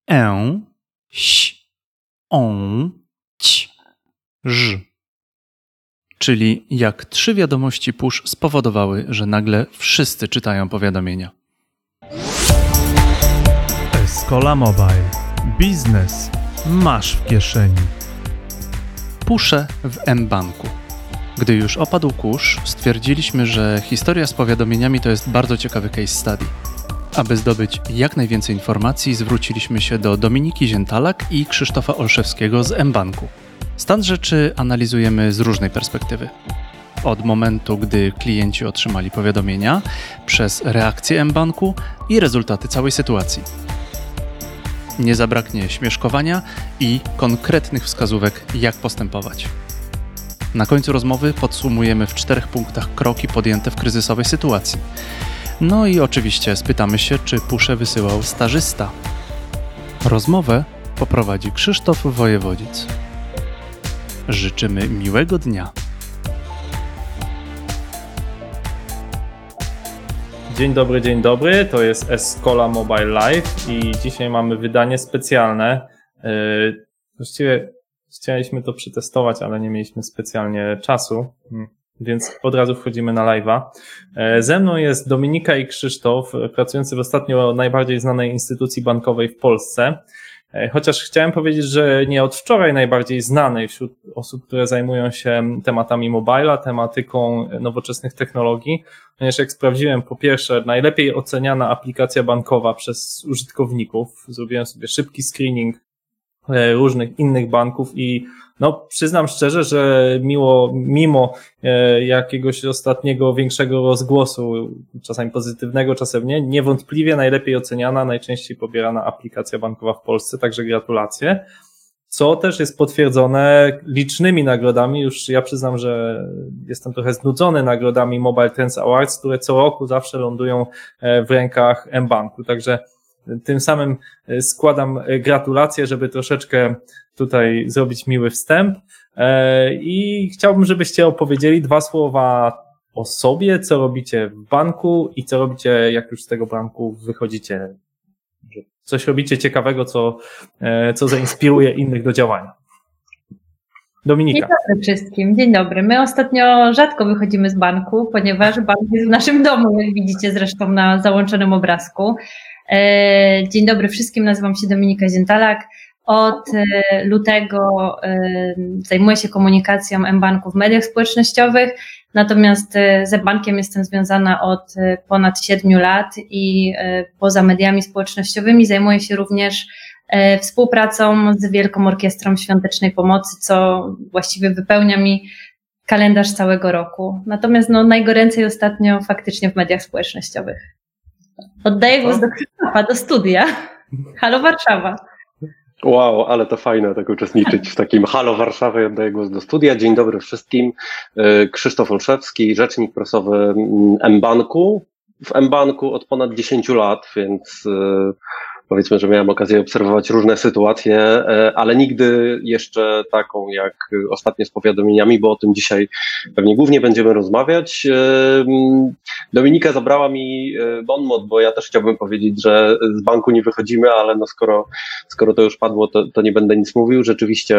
ś, on, ć, ż. Czyli jak 3 wiadomości push spowodowały, że nagle wszyscy czytają powiadomienia. Escola Mobile. Biznes masz w kieszeni. Pusze w mBanku. Gdy już opadł kurz, stwierdziliśmy, że historia z powiadomieniami to jest bardzo ciekawy case study. Aby zdobyć jak najwięcej informacji, zwróciliśmy się do Dominiki Ziętalak i Krzysztofa Olszewskiego z mBanku. Stan rzeczy analizujemy z różnej perspektywy. Od momentu, gdy klienci otrzymali powiadomienia, przez reakcję mBanku i rezultaty całej sytuacji. Nie zabraknie śmieszkowania i konkretnych wskazówek, jak postępować. Na końcu rozmowy podsumujemy w 4 punktach kroki podjęte w kryzysowej sytuacji. No i oczywiście spytamy się, czy pusze wysyłał stażysta. Rozmowę poprowadzi Krzysztof Wojewodzic. Życzymy miłego dnia. Dzień dobry, to jest Escola Mobile Live i dzisiaj mamy wydanie specjalne. Właściwie chcieliśmy to przetestować, ale nie mieliśmy specjalnie czasu, więc od razu wchodzimy na live'a. Ze mną jest Dominika i Krzysztof, pracujący w ostatnio najbardziej znanej instytucji bankowej w Polsce. Chociaż chciałem powiedzieć, że nie od wczoraj najbardziej znanej wśród osób, które zajmują się tematami mobila, tematyką nowoczesnych technologii, ponieważ jak sprawdziłem, po pierwsze, najlepiej oceniana aplikacja bankowa przez użytkowników. Zrobiłem sobie szybki screening różnych innych banków i przyznam szczerze, że mimo jakiegoś ostatniego większego rozgłosu, czasami pozytywnego, czasem nie, niewątpliwie najlepiej oceniana, najczęściej pobierana aplikacja bankowa w Polsce, także gratulacje. Co też jest potwierdzone licznymi nagrodami, już ja przyznam, że jestem trochę znudzony nagrodami Mobile Trends Awards, które co roku zawsze lądują w rękach mBanku, także tym samym składam gratulacje, żeby troszeczkę tutaj zrobić miły wstęp i chciałbym, żebyście opowiedzieli 2 słowa o sobie, co robicie w banku i co robicie, jak już z tego banku wychodzicie. Coś robicie ciekawego, co zainspiruje innych do działania. Dominika. Dzień dobry wszystkim, dzień dobry. My ostatnio rzadko wychodzimy z banku, ponieważ bank jest w naszym domu, jak widzicie zresztą na załączonym obrazku. Dzień dobry wszystkim, nazywam się Dominika Ziętalak. Od lutego zajmuję się komunikacją mBanku w mediach społecznościowych, natomiast z bankiem jestem związana od ponad 7 lat i poza mediami społecznościowymi zajmuję się również współpracą z Wielką Orkiestrą Świątecznej Pomocy, co właściwie wypełnia mi kalendarz całego roku. Natomiast najgoręcej ostatnio faktycznie w mediach społecznościowych. Oddaję głos do Krzysztofa, do studia. Halo Warszawa. Wow, ale to fajne tak uczestniczyć w takim Halo Warszawa i oddaję głos do studia. Dzień dobry wszystkim. Krzysztof Olszewski, rzecznik prasowy mBanku. W mBanku od ponad 10 lat, więc powiedzmy, że miałem okazję obserwować różne sytuacje, ale nigdy jeszcze taką jak ostatnio z powiadomieniami, bo o tym dzisiaj pewnie głównie będziemy rozmawiać. Dominika zabrała mi bon mot, bo ja też chciałbym powiedzieć, że z banku nie wychodzimy, ale skoro to już padło, to nie będę nic mówił. Rzeczywiście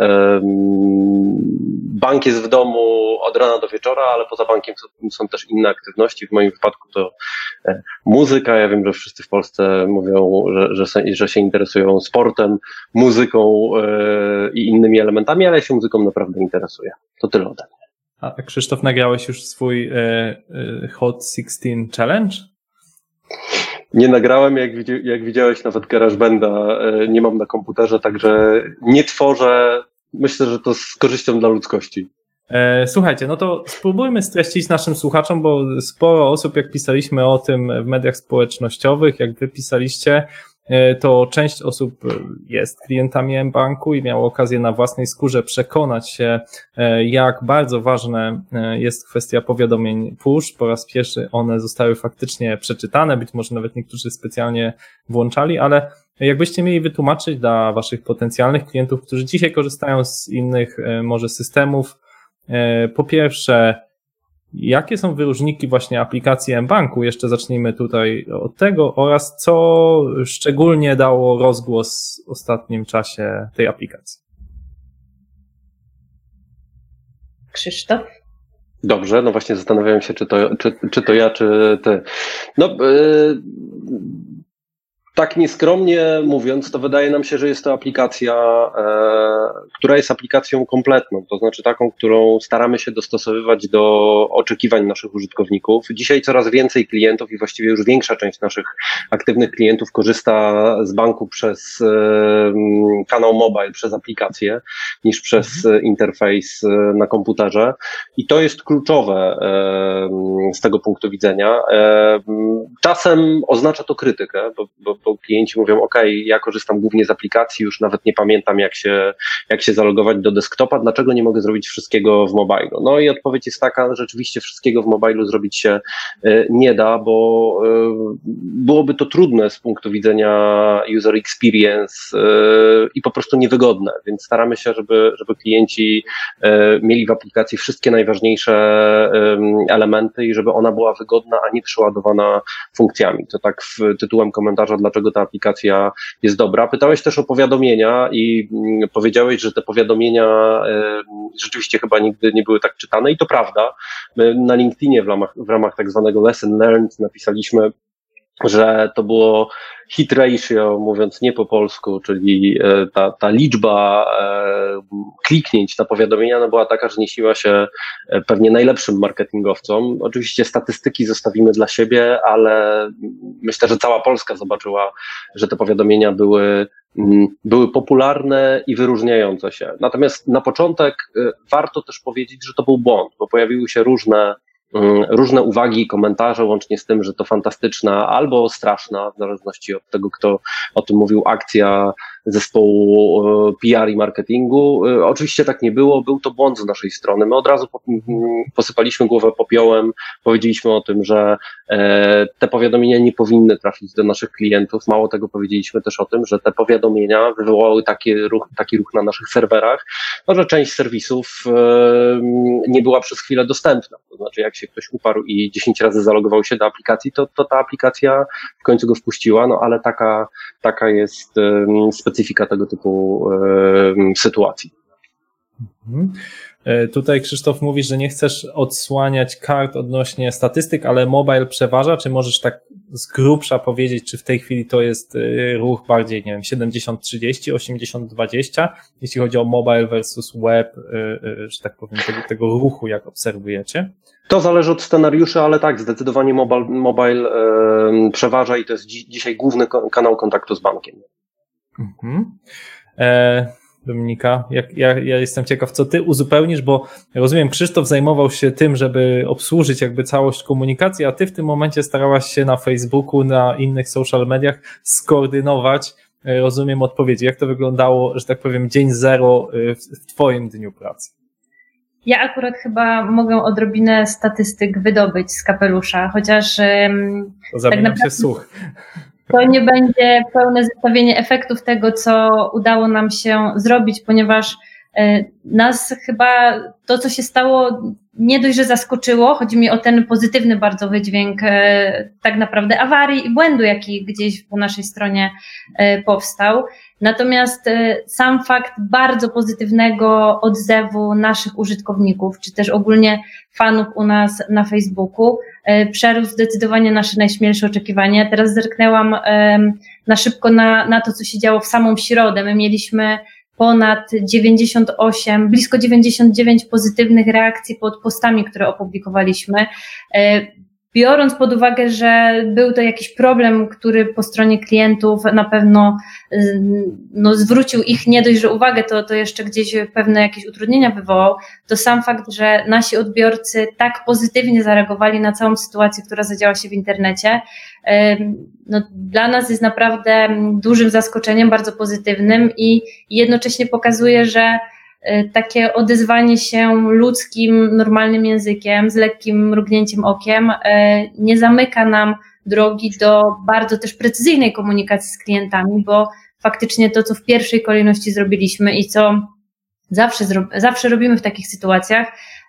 bank jest w domu od rana do wieczora, ale poza bankiem są też inne aktywności. W moim wypadku to muzyka. Ja wiem, że wszyscy w Polsce mówią, że się interesują sportem, muzyką i innymi elementami, ale ja się muzyką naprawdę interesuję. To tyle ode mnie. A Krzysztof, nagrałeś już swój Hot 16 Challenge? Nie nagrałem, jak widziałeś, nawet GarageBanda nie mam na komputerze, także nie tworzę. Myślę, że to z korzyścią dla ludzkości. Słuchajcie, to spróbujmy streścić naszym słuchaczom, bo sporo osób, jak pisaliśmy o tym w mediach społecznościowych, jak wy pisaliście, to część osób jest klientami mBanku i miało okazję na własnej skórze przekonać się, jak bardzo ważna jest kwestia powiadomień push. Po raz pierwszy one zostały faktycznie przeczytane, być może nawet niektórzy specjalnie włączali, ale jakbyście mieli wytłumaczyć dla waszych potencjalnych klientów, którzy dzisiaj korzystają z innych może systemów, po pierwsze, Jakie są wyróżniki właśnie aplikacji mBanku? Jeszcze zacznijmy tutaj od tego oraz co szczególnie dało rozgłos w ostatnim czasie tej aplikacji. Krzysztof? Dobrze, no właśnie zastanawiałem się, czy to ja, czy ty. No, tak nieskromnie mówiąc, to wydaje nam się, że jest to aplikacja, która jest aplikacją kompletną, to znaczy taką, którą staramy się dostosowywać do oczekiwań naszych użytkowników. Dzisiaj coraz więcej klientów i właściwie już większa część naszych aktywnych klientów korzysta z banku przez kanał mobile, przez aplikację, niż przez interfejs na komputerze. I to jest kluczowe z tego punktu widzenia. Czasem oznacza to krytykę, bo klienci mówią, OK, ja korzystam głównie z aplikacji, już nawet nie pamiętam jak się zalogować do desktopa, dlaczego nie mogę zrobić wszystkiego w mobilu? No i odpowiedź jest taka, że rzeczywiście wszystkiego w mobilu zrobić się nie da, bo byłoby to trudne z punktu widzenia user experience i po prostu niewygodne, więc staramy się, żeby klienci mieli w aplikacji wszystkie najważniejsze elementy i żeby ona była wygodna, a nie przeładowana funkcjami. To tak tytułem komentarza, dlaczego ta aplikacja jest dobra. Pytałeś też o powiadomienia i powiedziałeś, że te powiadomienia rzeczywiście chyba nigdy nie były tak czytane i to prawda. My na LinkedInie w ramach tak zwanego lesson learned napisaliśmy, że to było hit ratio, mówiąc nie po polsku, czyli ta liczba kliknięć na powiadomienia no była taka, że nie śniła się pewnie najlepszym marketingowcom. Oczywiście statystyki zostawimy dla siebie, ale myślę, że cała Polska zobaczyła, że te powiadomienia były popularne i wyróżniające się. Natomiast na początek warto też powiedzieć, że to był błąd, bo pojawiły się różne uwagi i komentarze, łącznie z tym, że to fantastyczna albo straszna, w zależności od tego, kto o tym mówił, akcja zespołu PR i marketingu. Oczywiście tak nie było, był to błąd z naszej strony. My od razu posypaliśmy głowę popiołem, powiedzieliśmy o tym, że te powiadomienia nie powinny trafić do naszych klientów. Mało tego, powiedzieliśmy też o tym, że te powiadomienia wywołały taki ruch na naszych serwerach, no, że część serwisów nie była przez chwilę dostępna. To znaczy, jak się ktoś uparł i 10 razy zalogował się do aplikacji, to ta aplikacja w końcu go wpuściła, no ale taka jest specyfika tego typu sytuacji. Tutaj Krzysztof mówisz, że nie chcesz odsłaniać kart odnośnie statystyk, ale mobile przeważa. Czy możesz tak z grubsza powiedzieć, czy w tej chwili to jest ruch bardziej, nie wiem, 70-30, 80-20, jeśli chodzi o mobile versus web, że tak powiem, tego ruchu, jak obserwujecie? To zależy od scenariuszy, ale tak, zdecydowanie mobile przeważa i to jest dzisiaj główny kanał kontaktu z bankiem. Dominika, ja jestem ciekaw, co ty uzupełnisz, bo rozumiem, Krzysztof zajmował się tym, żeby obsłużyć jakby całość komunikacji, a ty w tym momencie starałaś się na Facebooku, na innych social mediach skoordynować, rozumiem, odpowiedzi. Jak to wyglądało, że tak powiem, dzień zero w twoim dniu pracy? Ja akurat chyba mogę odrobinę statystyk wydobyć z kapelusza, chociaż To zamieniam się w słuch. To nie będzie pełne zestawienie efektów tego, co udało nam się zrobić, ponieważ nas chyba to, co się stało, nie dość, że zaskoczyło, chodzi mi o ten pozytywny bardzo wydźwięk tak naprawdę awarii i błędu, jaki gdzieś po naszej stronie powstał. Natomiast sam fakt bardzo pozytywnego odzewu naszych użytkowników, czy też ogólnie fanów u nas na Facebooku, przerósł zdecydowanie nasze najśmielsze oczekiwania. Teraz zerknęłam na szybko na to, co się działo w samą środę. My mieliśmy ponad 98, blisko 99 pozytywnych reakcji pod postami, które opublikowaliśmy. Biorąc pod uwagę, że był to jakiś problem, który po stronie klientów na pewno zwrócił ich nie dość, że uwagę, to jeszcze gdzieś pewne jakieś utrudnienia wywołał, to sam fakt, że nasi odbiorcy tak pozytywnie zareagowali na całą sytuację, która zadziała się w internecie, dla nas jest naprawdę dużym zaskoczeniem, bardzo pozytywnym i jednocześnie pokazuje, że takie odezwanie się ludzkim, normalnym językiem, z lekkim mrugnięciem okiem nie zamyka nam drogi do bardzo też precyzyjnej komunikacji z klientami, bo faktycznie to, co w pierwszej kolejności zrobiliśmy i co zawsze robimy w takich sytuacjach,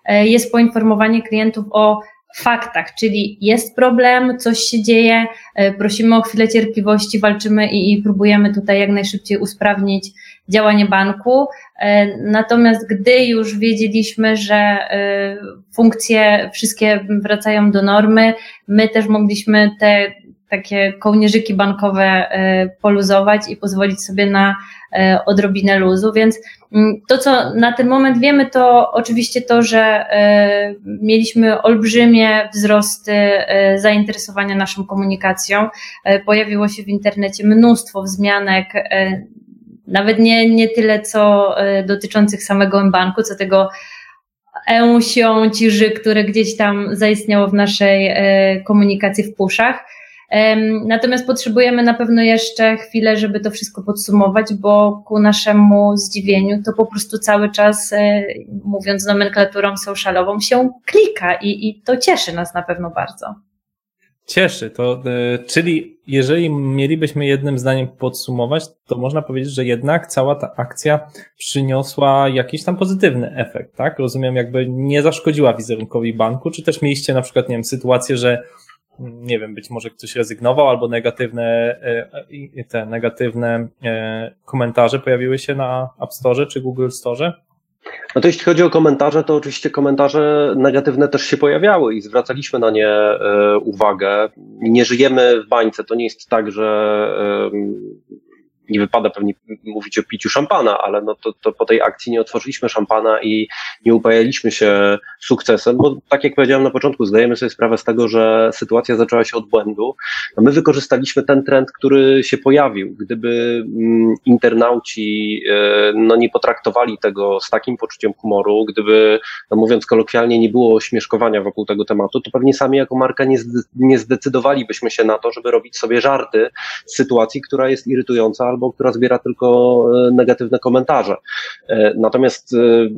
jest poinformowanie klientów o faktach, czyli jest problem, coś się dzieje, prosimy o chwilę cierpliwości, walczymy i próbujemy tutaj jak najszybciej usprawnić działanie banku. Natomiast gdy już wiedzieliśmy, że funkcje wszystkie wracają do normy, my też mogliśmy te takie kołnierzyki bankowe poluzować i pozwolić sobie na odrobinę luzu, więc to, co na ten moment wiemy, to oczywiście to, że mieliśmy olbrzymie wzrosty zainteresowania naszą komunikacją. Pojawiło się w internecie mnóstwo wzmianek, nawet nie tyle co dotyczących samego mBanku, co tego sią, ciży, które gdzieś tam zaistniało w naszej komunikacji w pushach. Natomiast potrzebujemy na pewno jeszcze chwilę, żeby to wszystko podsumować, bo ku naszemu zdziwieniu to po prostu cały czas, mówiąc nomenklaturą socialową, się klika i to cieszy nas na pewno bardzo. Cieszy to, czyli jeżeli mielibyśmy jednym zdaniem podsumować, to można powiedzieć, że jednak cała ta akcja przyniosła jakiś tam pozytywny efekt, tak? Rozumiem, jakby nie zaszkodziła wizerunkowi banku, czy też mieliście na przykład, nie wiem, sytuację, że nie wiem, być może ktoś rezygnował albo negatywne komentarze pojawiły się na App Store czy Google Store? No to jeśli chodzi o komentarze, to oczywiście komentarze negatywne też się pojawiały i zwracaliśmy na nie uwagę. Nie żyjemy w bańce, to nie jest tak, że nie wypada pewnie mówić o piciu szampana, ale no to po tej akcji nie otworzyliśmy szampana i nie upajaliśmy się sukcesem, bo tak jak powiedziałem na początku, zdajemy sobie sprawę z tego, że sytuacja zaczęła się od błędu. No my wykorzystaliśmy ten trend, który się pojawił. Gdyby internauci no nie potraktowali tego z takim poczuciem humoru, gdyby, no mówiąc kolokwialnie, nie było śmieszkowania wokół tego tematu, to pewnie sami jako marka nie zdecydowalibyśmy się na to, żeby robić sobie żarty z sytuacji, która jest irytująca albo która zbiera tylko negatywne komentarze. Natomiast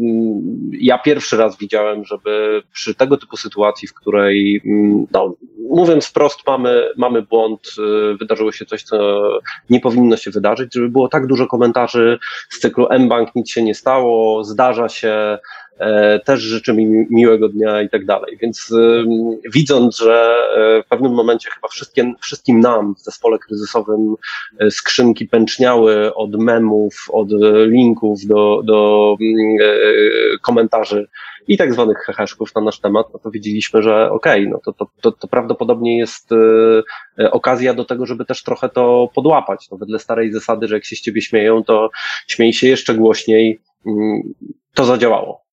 ja pierwszy raz widziałem, żeby przy tego typu sytuacji, w której, no, mówiąc wprost, mamy błąd, wydarzyło się coś, co nie powinno się wydarzyć, żeby było tak dużo komentarzy z cyklu mBank, nic się nie stało, zdarza się, też życzę mi miłego dnia i tak dalej. Więc widząc, że w pewnym momencie chyba wszystkim nam w zespole kryzysowym skrzynki pęczniały od memów, od linków do komentarzy i tak zwanych heheszków na nasz temat, no to wiedzieliśmy, że okej, no to prawdopodobnie jest okazja do tego, żeby też trochę to podłapać. No wedle starej zasady, że jak się z ciebie śmieją, to śmiej się jeszcze głośniej. To zadziałało.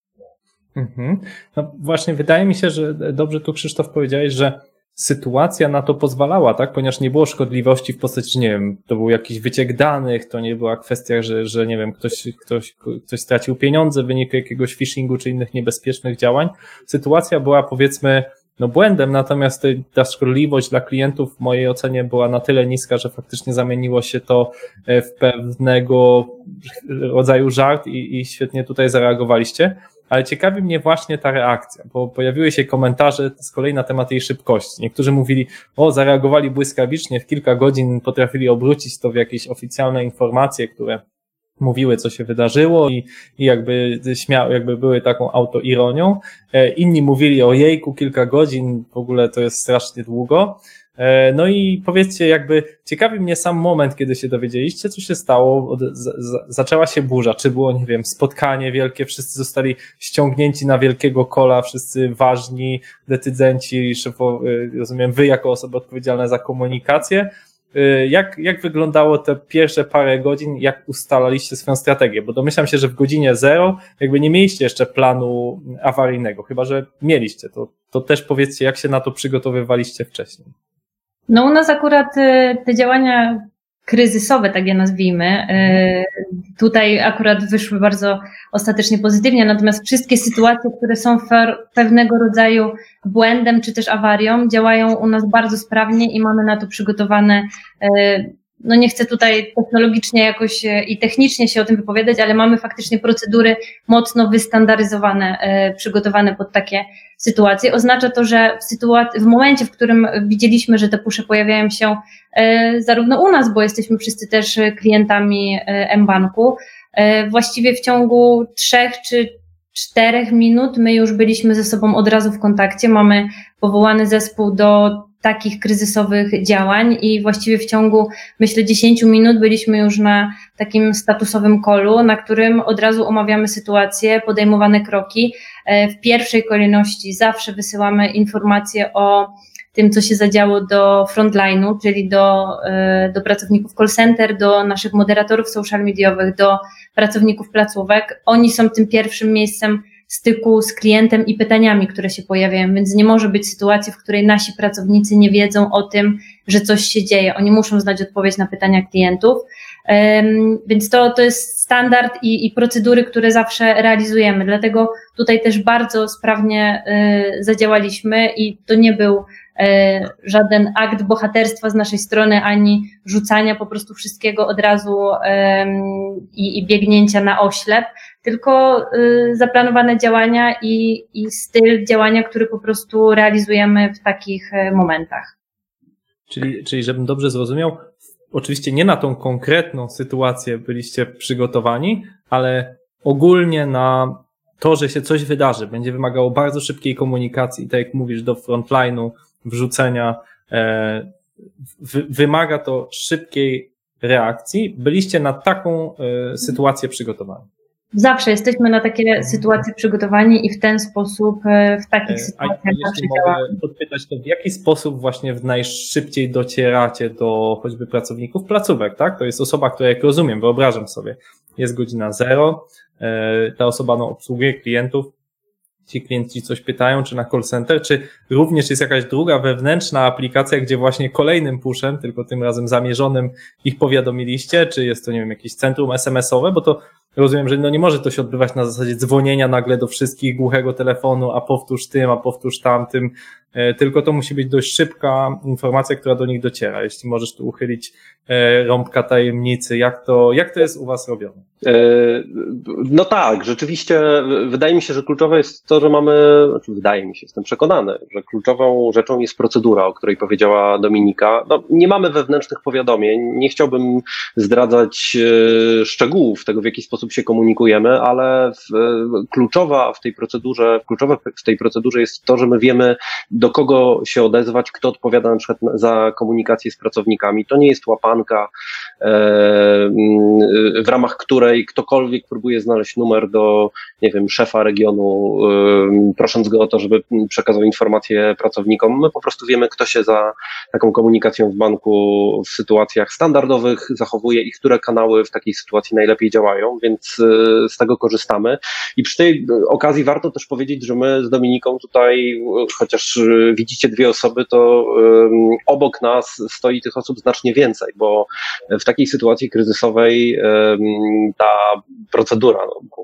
No właśnie, wydaje mi się, że dobrze tu Krzysztof powiedziałeś, że sytuacja na to pozwalała, tak? Ponieważ nie było szkodliwości w postaci, że nie wiem, to był jakiś wyciek danych, to nie była kwestia, że nie wiem, ktoś stracił pieniądze w wyniku jakiegoś phishingu czy innych niebezpiecznych działań. Sytuacja była, powiedzmy, no błędem, natomiast ta szkodliwość dla klientów w mojej ocenie była na tyle niska, że faktycznie zamieniło się to w pewnego rodzaju żart i świetnie tutaj zareagowaliście. Ale ciekawi mnie właśnie ta reakcja, bo pojawiły się komentarze z kolei na temat jej szybkości. Niektórzy mówili, zareagowali błyskawicznie, w kilka godzin potrafili obrócić to w jakieś oficjalne informacje, które mówiły, co się wydarzyło i jakby były taką autoironią. Inni mówili, ojejku, kilka godzin, w ogóle to jest strasznie długo. No i powiedzcie, jakby ciekawi mnie sam moment, kiedy się dowiedzieliście, co się stało, zaczęła się burza, czy było, nie wiem, spotkanie wielkie, wszyscy zostali ściągnięci na wielkiego kola, wszyscy ważni decydenci, szefowie, rozumiem, wy jako osoby odpowiedzialne za komunikację. Jak wyglądało te pierwsze parę godzin, jak ustalaliście swoją strategię? Bo domyślam się, że w godzinie 0 jakby nie mieliście jeszcze planu awaryjnego, chyba że mieliście. To też powiedzcie, jak się na to przygotowywaliście wcześniej. No u nas akurat te działania kryzysowe, tak je nazwijmy, tutaj akurat wyszły bardzo ostatecznie pozytywnie, natomiast wszystkie sytuacje, które są pewnego rodzaju błędem czy też awarią, działają u nas bardzo sprawnie i mamy na to przygotowane, no nie chcę tutaj technologicznie jakoś i technicznie się o tym wypowiadać, ale mamy faktycznie procedury mocno wystandaryzowane, przygotowane pod takie sytuacje. Oznacza to, że w momencie, w którym widzieliśmy, że te pusze pojawiają się zarówno u nas, bo jesteśmy wszyscy też klientami mBanku, właściwie w ciągu 3 czy 4 minut my już byliśmy ze sobą od razu w kontakcie. Mamy powołany zespół do takich kryzysowych działań i właściwie w ciągu, myślę, 10 minut byliśmy już na takim statusowym callu, na którym od razu omawiamy sytuację, podejmowane kroki. W pierwszej kolejności zawsze wysyłamy informacje o tym, co się zadziało do frontline'u, czyli do pracowników call center, do naszych moderatorów social mediowych, do pracowników placówek. Oni są tym pierwszym miejscem styku z klientem i pytaniami, które się pojawiają, więc nie może być sytuacji, w której nasi pracownicy nie wiedzą o tym, że coś się dzieje. Oni muszą znać odpowiedź na pytania klientów, więc to jest standard i procedury, które zawsze realizujemy. Dlatego tutaj też bardzo sprawnie zadziałaliśmy i to nie był żaden akt bohaterstwa z naszej strony, ani rzucania po prostu wszystkiego od razu i biegnięcia na oślep, tylko zaplanowane działania i styl działania, który po prostu realizujemy w takich momentach. Czyli żebym dobrze zrozumiał, oczywiście nie na tą konkretną sytuację byliście przygotowani, ale ogólnie na to, że się coś wydarzy, będzie wymagało bardzo szybkiej komunikacji, tak jak mówisz, do frontline'u, wrzucenia, wymaga to szybkiej reakcji. Byliście na taką sytuację przygotowani? Zawsze jesteśmy na takie sytuacje przygotowani i w ten sposób, w takich sytuacjach jeśli mogę podpytać, to w jaki sposób właśnie najszybciej docieracie do choćby pracowników placówek, tak? To jest osoba, która, jak rozumiem, wyobrażam sobie, jest godzina 0, ta osoba obsługuje klientów, ci klienci coś pytają, czy na call center, czy również jest jakaś druga wewnętrzna aplikacja, gdzie właśnie kolejnym pushem, tylko tym razem zamierzonym, ich powiadomiliście, czy jest to, nie wiem, jakieś centrum SMS-owe, bo to rozumiem, że nie może to się odbywać na zasadzie dzwonienia nagle do wszystkich, głuchego telefonu, a powtórz tym, a powtórz tamtym, tylko to musi być dość szybka informacja, która do nich dociera. Jeśli możesz tu uchylić rąbka tajemnicy, jak to jest u was robione? No tak, rzeczywiście wydaje mi się, że kluczowe jest to, że jestem przekonany, że kluczową rzeczą jest procedura, o której powiedziała Dominika. No, nie mamy wewnętrznych powiadomień, nie chciałbym zdradzać szczegółów tego, w jaki sposób się komunikujemy, ale kluczowe w tej procedurze jest to, że my wiemy, do kogo się odezwać, kto odpowiada na przykład za komunikację z pracownikami. To nie jest łapanka, w ramach której ktokolwiek próbuje znaleźć numer do, nie wiem, szefa regionu, prosząc go o to, żeby przekazał informacje pracownikom. My po prostu wiemy, kto się za taką komunikacją w banku w sytuacjach standardowych zachowuje i które kanały w takiej sytuacji najlepiej działają, więc z tego korzystamy. I przy tej okazji warto też powiedzieć, że my z Dominiką tutaj, chociaż widzicie 2 osoby, to obok nas stoi tych osób znacznie więcej, bo w takiej sytuacji kryzysowej ta procedura,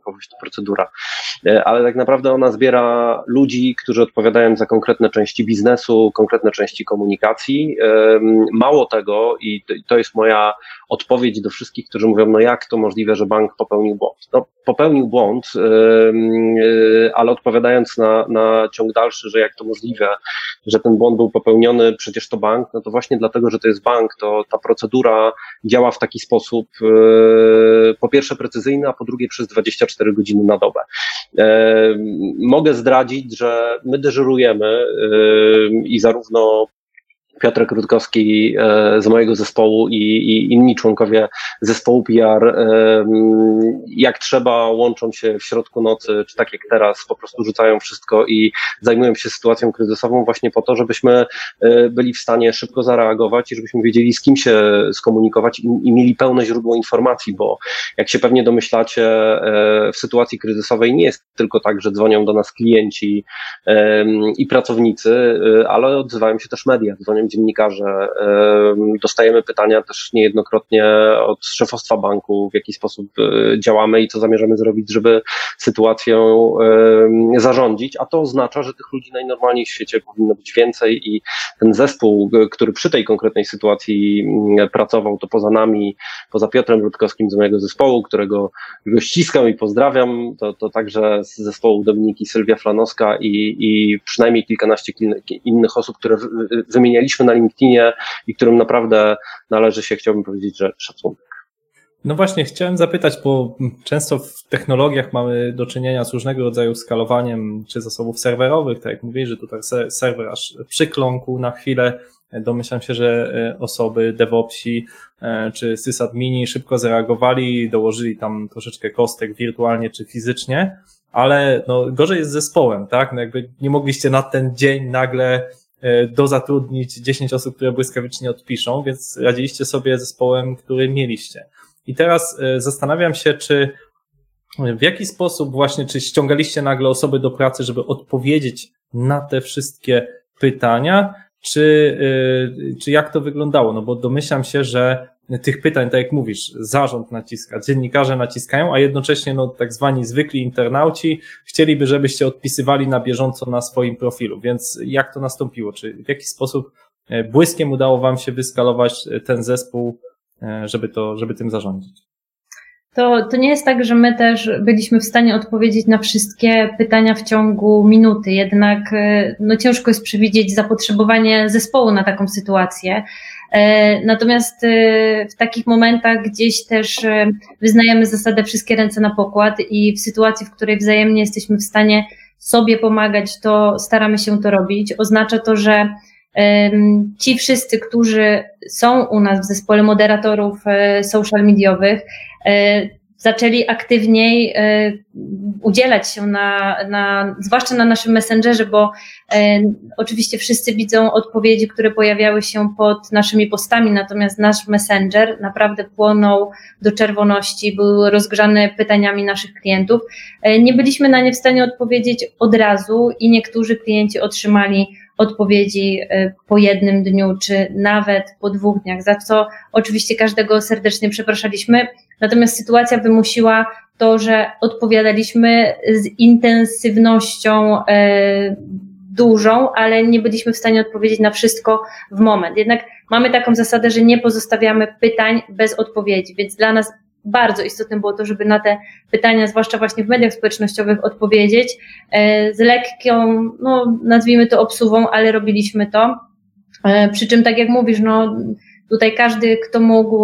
ale tak naprawdę ona zbiera ludzi, którzy odpowiadają za konkretne części biznesu, konkretne części komunikacji. Mało tego, i to jest moja odpowiedź do wszystkich, którzy mówią, no jak to możliwe, że bank popełnił błąd? No, popełnił błąd, ale odpowiadając na ciąg dalszy, że jak to możliwe, że ten błąd był popełniony, przecież to bank, no to właśnie dlatego, że to jest bank, to ta procedura działa w taki sposób, po pierwsze precyzyjny, a po drugie przez 24 godziny na dobę. Mogę zdradzić, że my dyżurujemy i zarówno Piotrek Rutkowski z mojego zespołu i inni członkowie zespołu PR, jak trzeba, łączą się w środku nocy, czy tak jak teraz, po prostu rzucają wszystko i zajmują się sytuacją kryzysową właśnie po to, żebyśmy byli w stanie szybko zareagować i żebyśmy wiedzieli, z kim się skomunikować i mieli pełne źródło informacji, bo jak się pewnie domyślacie, w sytuacji kryzysowej nie jest tylko tak, że dzwonią do nas klienci i pracownicy, ale odzywają się też media, dzwonią dziennikarze, dostajemy pytania też niejednokrotnie od szefostwa banku, w jaki sposób działamy i co zamierzamy zrobić, żeby sytuację zarządzić, a to oznacza, że tych ludzi najnormalniej w świecie powinno być więcej i ten zespół, który przy tej konkretnej sytuacji pracował, to poza nami, poza Piotrem Rutkowskim z mojego zespołu, którego ściskam i pozdrawiam, to także z zespołu Dominiki Sylwia Flanowska i przynajmniej kilkanaście innych osób, które wymienialiśmy na LinkedInie i którym naprawdę należy się, chciałbym powiedzieć, że szacunek. No właśnie, chciałem zapytać, bo często w technologiach mamy do czynienia z różnego rodzaju skalowaniem czy zasobów serwerowych, tak jak mówię, że tutaj serwer aż przykląkł na chwilę. Domyślam się, że osoby, DevOpsi czy sysadmini szybko zareagowali, dołożyli tam troszeczkę kostek wirtualnie czy fizycznie, ale no, gorzej jest z zespołem, tak? No jakby nie mogliście na ten dzień nagle dozatrudnić 10 osób, które błyskawicznie odpiszą, więc radziliście sobie zespołem, który mieliście. I teraz zastanawiam się, czy w jaki sposób właśnie, czy ściągaliście nagle osoby do pracy, żeby odpowiedzieć na te wszystkie pytania, czy jak to wyglądało? No bo domyślam się, że tych pytań, tak jak mówisz, zarząd naciska, dziennikarze naciskają, a jednocześnie no, tak zwani zwykli internauci chcieliby, żebyście odpisywali na bieżąco na swoim profilu. Więc jak to nastąpiło? Czy w jaki sposób błyskiem udało wam się wyskalować ten zespół, żeby tym zarządzić? To nie jest tak, że my też byliśmy w stanie odpowiedzieć na wszystkie pytania w ciągu minuty, jednak no ciężko jest przewidzieć zapotrzebowanie zespołu na taką sytuację. Natomiast w takich momentach gdzieś też wyznajemy zasadę wszystkie ręce na pokład i w sytuacji, w której wzajemnie jesteśmy w stanie sobie pomagać, to staramy się to robić. Oznacza to, że ci wszyscy, którzy są u nas w zespole moderatorów social mediowych, zaczęli aktywniej udzielać się zwłaszcza na naszym Messengerze, bo oczywiście wszyscy widzą odpowiedzi, które pojawiały się pod naszymi postami, natomiast nasz Messenger naprawdę płonął do czerwoności, był rozgrzany pytaniami naszych klientów. Nie byliśmy na nie w stanie odpowiedzieć od razu i niektórzy klienci otrzymali odpowiedzi po jednym dniu, czy nawet po 2 dniach, za co oczywiście każdego serdecznie przepraszaliśmy. Natomiast sytuacja wymusiła to, że odpowiadaliśmy z intensywnością dużą, ale nie byliśmy w stanie odpowiedzieć na wszystko w moment. Jednak mamy taką zasadę, że nie pozostawiamy pytań bez odpowiedzi, więc dla nas bardzo istotne było to, żeby na te pytania, zwłaszcza właśnie w mediach społecznościowych, odpowiedzieć z lekką, no nazwijmy to obsuwą, ale robiliśmy to. Przy czym, tak jak mówisz, no tutaj każdy, kto mógł,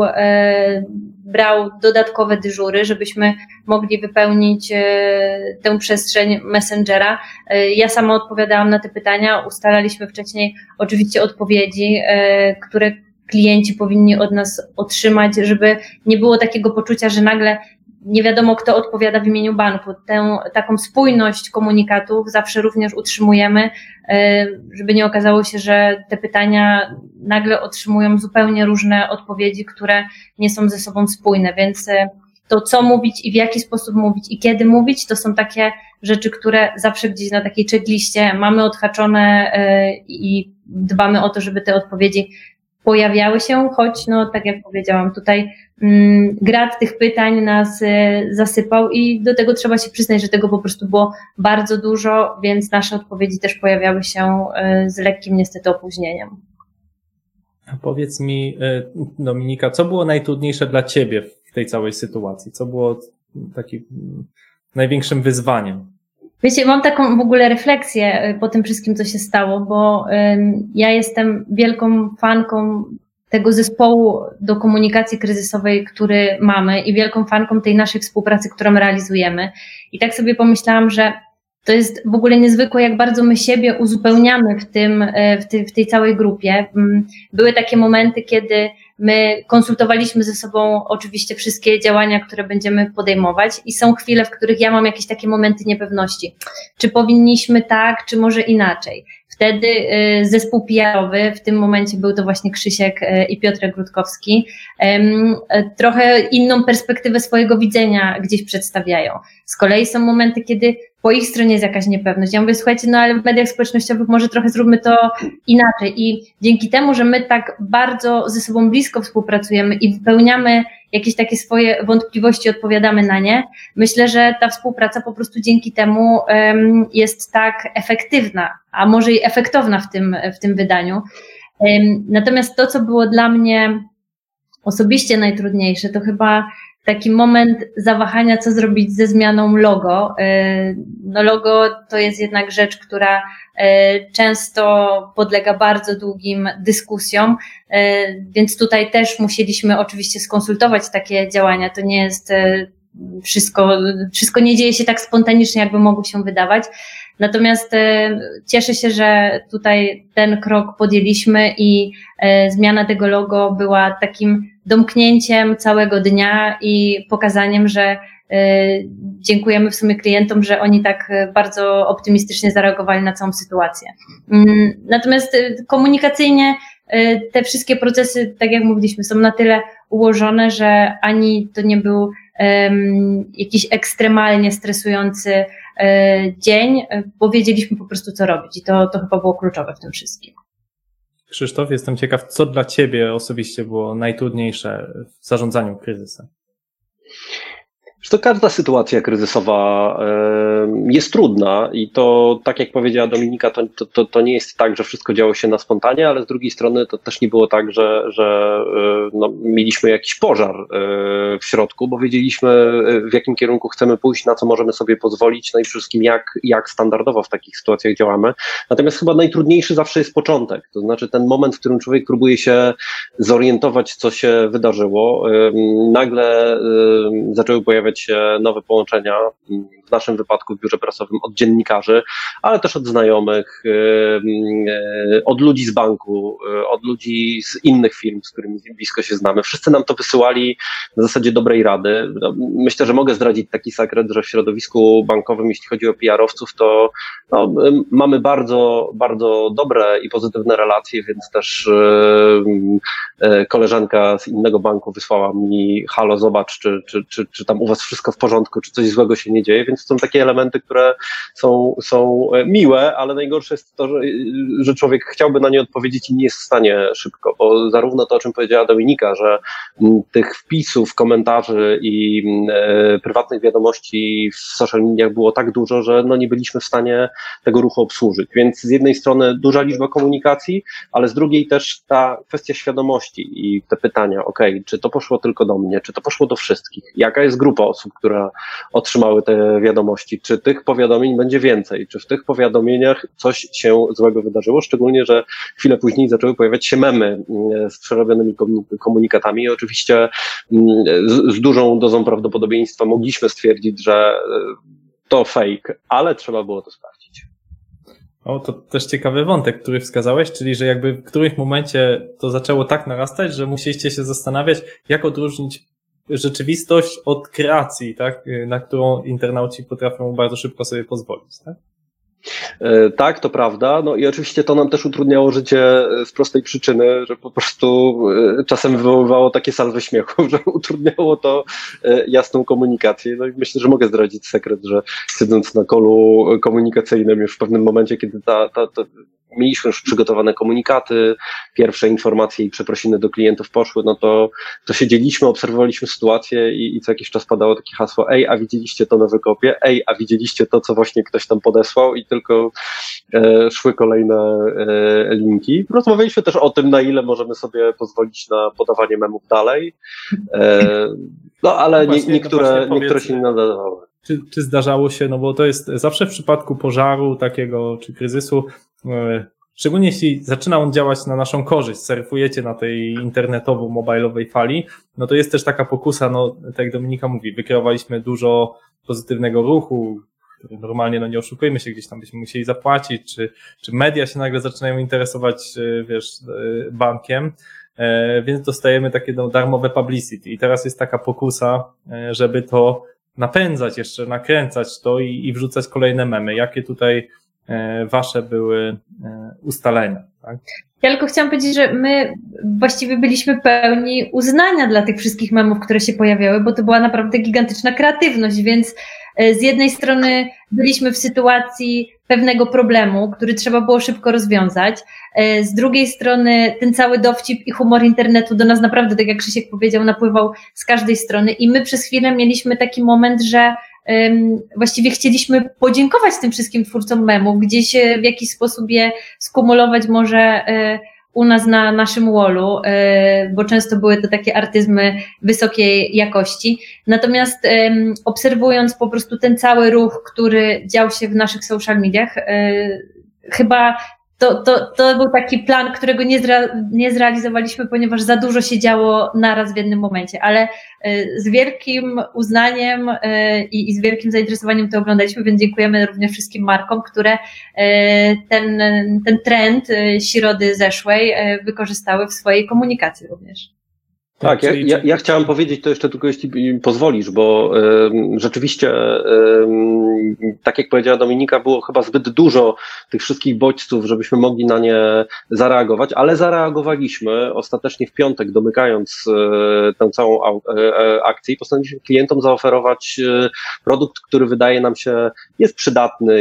brał dodatkowe dyżury, żebyśmy mogli wypełnić tę przestrzeń Messengera. Ja sama odpowiadałam na te pytania, ustalaliśmy wcześniej oczywiście odpowiedzi, które klienci powinni od nas otrzymać, żeby nie było takiego poczucia, że nagle nie wiadomo, kto odpowiada w imieniu banku. Taką spójność komunikatów zawsze również utrzymujemy, żeby nie okazało się, że te pytania nagle otrzymują zupełnie różne odpowiedzi, które nie są ze sobą spójne, więc to co mówić i w jaki sposób mówić i kiedy mówić, to są takie rzeczy, które zawsze gdzieś na takiej checkliście mamy odhaczone i dbamy o to, żeby te odpowiedzi pojawiały się, choć no tak jak powiedziałam, tutaj grad tych pytań nas zasypał i do tego trzeba się przyznać, że tego po prostu było bardzo dużo, więc nasze odpowiedzi też pojawiały się z lekkim niestety opóźnieniem. A powiedz mi, Dominika, co było najtrudniejsze dla ciebie w tej całej sytuacji? Co było takim największym wyzwaniem? Wiecie, mam taką w ogóle refleksję po tym wszystkim, co się stało, bo ja jestem wielką fanką tego zespołu do komunikacji kryzysowej, który mamy i wielką fanką tej naszej współpracy, którą realizujemy. I tak sobie pomyślałam, że to jest w ogóle niezwykłe, jak bardzo my siebie uzupełniamy w tej całej grupie. Były takie momenty, kiedy my konsultowaliśmy ze sobą oczywiście wszystkie działania, które będziemy podejmować i są chwile, w których ja mam jakieś takie momenty niepewności. Czy powinniśmy tak, czy może inaczej? Wtedy zespół PR-owy, w tym momencie był to właśnie Krzysiek i Piotrek Grudkowski, trochę inną perspektywę swojego widzenia gdzieś przedstawiają. Z kolei są momenty, kiedy po ich stronie jest jakaś niepewność. Ja mówię, słuchajcie, no ale w mediach społecznościowych może trochę zróbmy to inaczej. I dzięki temu, że my tak bardzo ze sobą blisko współpracujemy i wypełniamy jakieś takie swoje wątpliwości, odpowiadamy na nie, myślę, że ta współpraca po prostu dzięki temu jest tak efektywna, a może i efektowna w tym wydaniu. Natomiast to, co było dla mnie osobiście najtrudniejsze, to chyba taki moment zawahania, co zrobić ze zmianą logo. No logo to jest jednak rzecz, która często podlega bardzo długim dyskusjom, więc tutaj też musieliśmy oczywiście skonsultować takie działania. To nie jest wszystko nie dzieje się tak spontanicznie, jakby mogło się wydawać. Natomiast cieszę się, że tutaj ten krok podjęliśmy i zmiana tego logo była takim domknięciem całego dnia i pokazaniem, że dziękujemy w sumie klientom, że oni tak bardzo optymistycznie zareagowali na całą sytuację. Natomiast komunikacyjnie te wszystkie procesy, tak jak mówiliśmy, są na tyle ułożone, że ani to nie był jakiś ekstremalnie stresujący dzień, bo wiedzieliśmy po prostu, co robić i to chyba było kluczowe w tym wszystkim. Krzysztof, jestem ciekaw, co dla Ciebie osobiście było najtrudniejsze w zarządzaniu kryzysem? To każda sytuacja kryzysowa jest trudna i to, tak jak powiedziała Dominika, to nie jest tak, że wszystko działo się na spontanie, ale z drugiej strony to też nie było tak, że no, mieliśmy jakiś pożar w środku, bo wiedzieliśmy, w jakim kierunku chcemy pójść, na co możemy sobie pozwolić, no i przede wszystkim jak standardowo w takich sytuacjach działamy. Natomiast chyba najtrudniejszy zawsze jest początek, to znaczy ten moment, w którym człowiek próbuje się zorientować, co się wydarzyło. Nagle zaczęły pojawiać się nowe połączenia, w naszym wypadku w biurze prasowym od dziennikarzy, ale też od znajomych, od ludzi z banku, od ludzi z innych firm, z którymi blisko się znamy. Wszyscy nam to wysyłali na zasadzie dobrej rady. Myślę, że mogę zdradzić taki sekret, że w środowisku bankowym, jeśli chodzi o PR-owców, to no, mamy bardzo, bardzo dobre i pozytywne relacje, więc też koleżanka z innego banku wysłała mi: halo, zobacz, czy tam u was wszystko w porządku, czy coś złego się nie dzieje, więc są takie elementy, które są miłe, ale najgorsze jest to, że człowiek chciałby na nie odpowiedzieć i nie jest w stanie szybko, bo zarówno to, o czym powiedziała Dominika, że tych wpisów, komentarzy i prywatnych wiadomości w social mediach było tak dużo, że no nie byliśmy w stanie tego ruchu obsłużyć, więc z jednej strony duża liczba komunikacji, ale z drugiej też ta kwestia świadomości i te pytania, czy to poszło tylko do mnie, czy to poszło do wszystkich, jaka jest grupa osób, które otrzymały te wiadomości, czy tych powiadomień będzie więcej, czy w tych powiadomieniach coś się złego wydarzyło, szczególnie, że chwilę później zaczęły pojawiać się memy z przerobionymi komunikatami i oczywiście z dużą dozą prawdopodobieństwa mogliśmy stwierdzić, że to fake, ale trzeba było to sprawdzić. O, to też ciekawy wątek, który wskazałeś, czyli że jakby w którymś momencie to zaczęło tak narastać, że musieliście się zastanawiać, jak odróżnić rzeczywistość od kreacji, tak, na którą internauci potrafią bardzo szybko sobie pozwolić, tak? Tak, to prawda. No i oczywiście to nam też utrudniało życie z prostej przyczyny, że po prostu czasem wywoływało takie salwy śmiechu, że utrudniało to jasną komunikację. No i myślę, że mogę zdradzić sekret, że siedząc na kolu komunikacyjnym już w pewnym momencie, kiedy mieliśmy już przygotowane komunikaty, pierwsze informacje i przeprosiny do klientów poszły, no to siedzieliśmy, obserwowaliśmy sytuację i co jakiś czas padało takie hasło: ej, a widzieliście to na wykopie? Ej, a widzieliście to, co właśnie ktoś tam podesłał? I tylko szły kolejne linki. Rozmawialiśmy też o tym, na ile możemy sobie pozwolić na podawanie memów dalej, no ale niektóre się nie nadawały. Czy zdarzało się, no bo to jest zawsze w przypadku pożaru takiego, czy kryzysu, szczególnie jeśli zaczyna on działać na naszą korzyść, surfujecie na tej internetowo-mobilowej fali, no to jest też taka pokusa, no tak jak Dominika mówi, wykreowaliśmy dużo pozytywnego ruchu, który normalnie, no nie oszukujmy się, gdzieś tam byśmy musieli zapłacić, czy media się nagle zaczynają interesować, bankiem, więc dostajemy takie darmowe publicity i teraz jest taka pokusa, żeby to napędzać jeszcze, nakręcać to i wrzucać kolejne memy. Jakie tutaj wasze były ustalenia? Tak? Ja tylko chciałam powiedzieć, że my właściwie byliśmy pełni uznania dla tych wszystkich memów, które się pojawiały, bo to była naprawdę gigantyczna kreatywność, więc z jednej strony byliśmy w sytuacji pewnego problemu, który trzeba było szybko rozwiązać, z drugiej strony ten cały dowcip i humor internetu do nas naprawdę, tak jak Krzysiek powiedział, napływał z każdej strony i my przez chwilę mieliśmy taki moment, że właściwie chcieliśmy podziękować tym wszystkim twórcom memów, gdzieś w jakiś sposób je skumulować, może u nas na naszym wallu, bo często były to takie artyzmy wysokiej jakości. Natomiast obserwując po prostu ten cały ruch, który dział się w naszych social mediach, chyba to był taki plan, którego nie zrealizowaliśmy, ponieważ za dużo się działo naraz w jednym momencie, ale z wielkim uznaniem i z wielkim zainteresowaniem to oglądaliśmy, więc dziękujemy również wszystkim markom, które ten trend środy zeszłej wykorzystały w swojej komunikacji również. Tak, ja chciałem powiedzieć to jeszcze tylko, jeśli pozwolisz, bo rzeczywiście, tak jak powiedziała Dominika, było chyba zbyt dużo tych wszystkich bodźców, żebyśmy mogli na nie zareagować, ale zareagowaliśmy ostatecznie w piątek, domykając tę całą akcję i postanowiliśmy klientom zaoferować produkt, który wydaje nam się jest przydatny,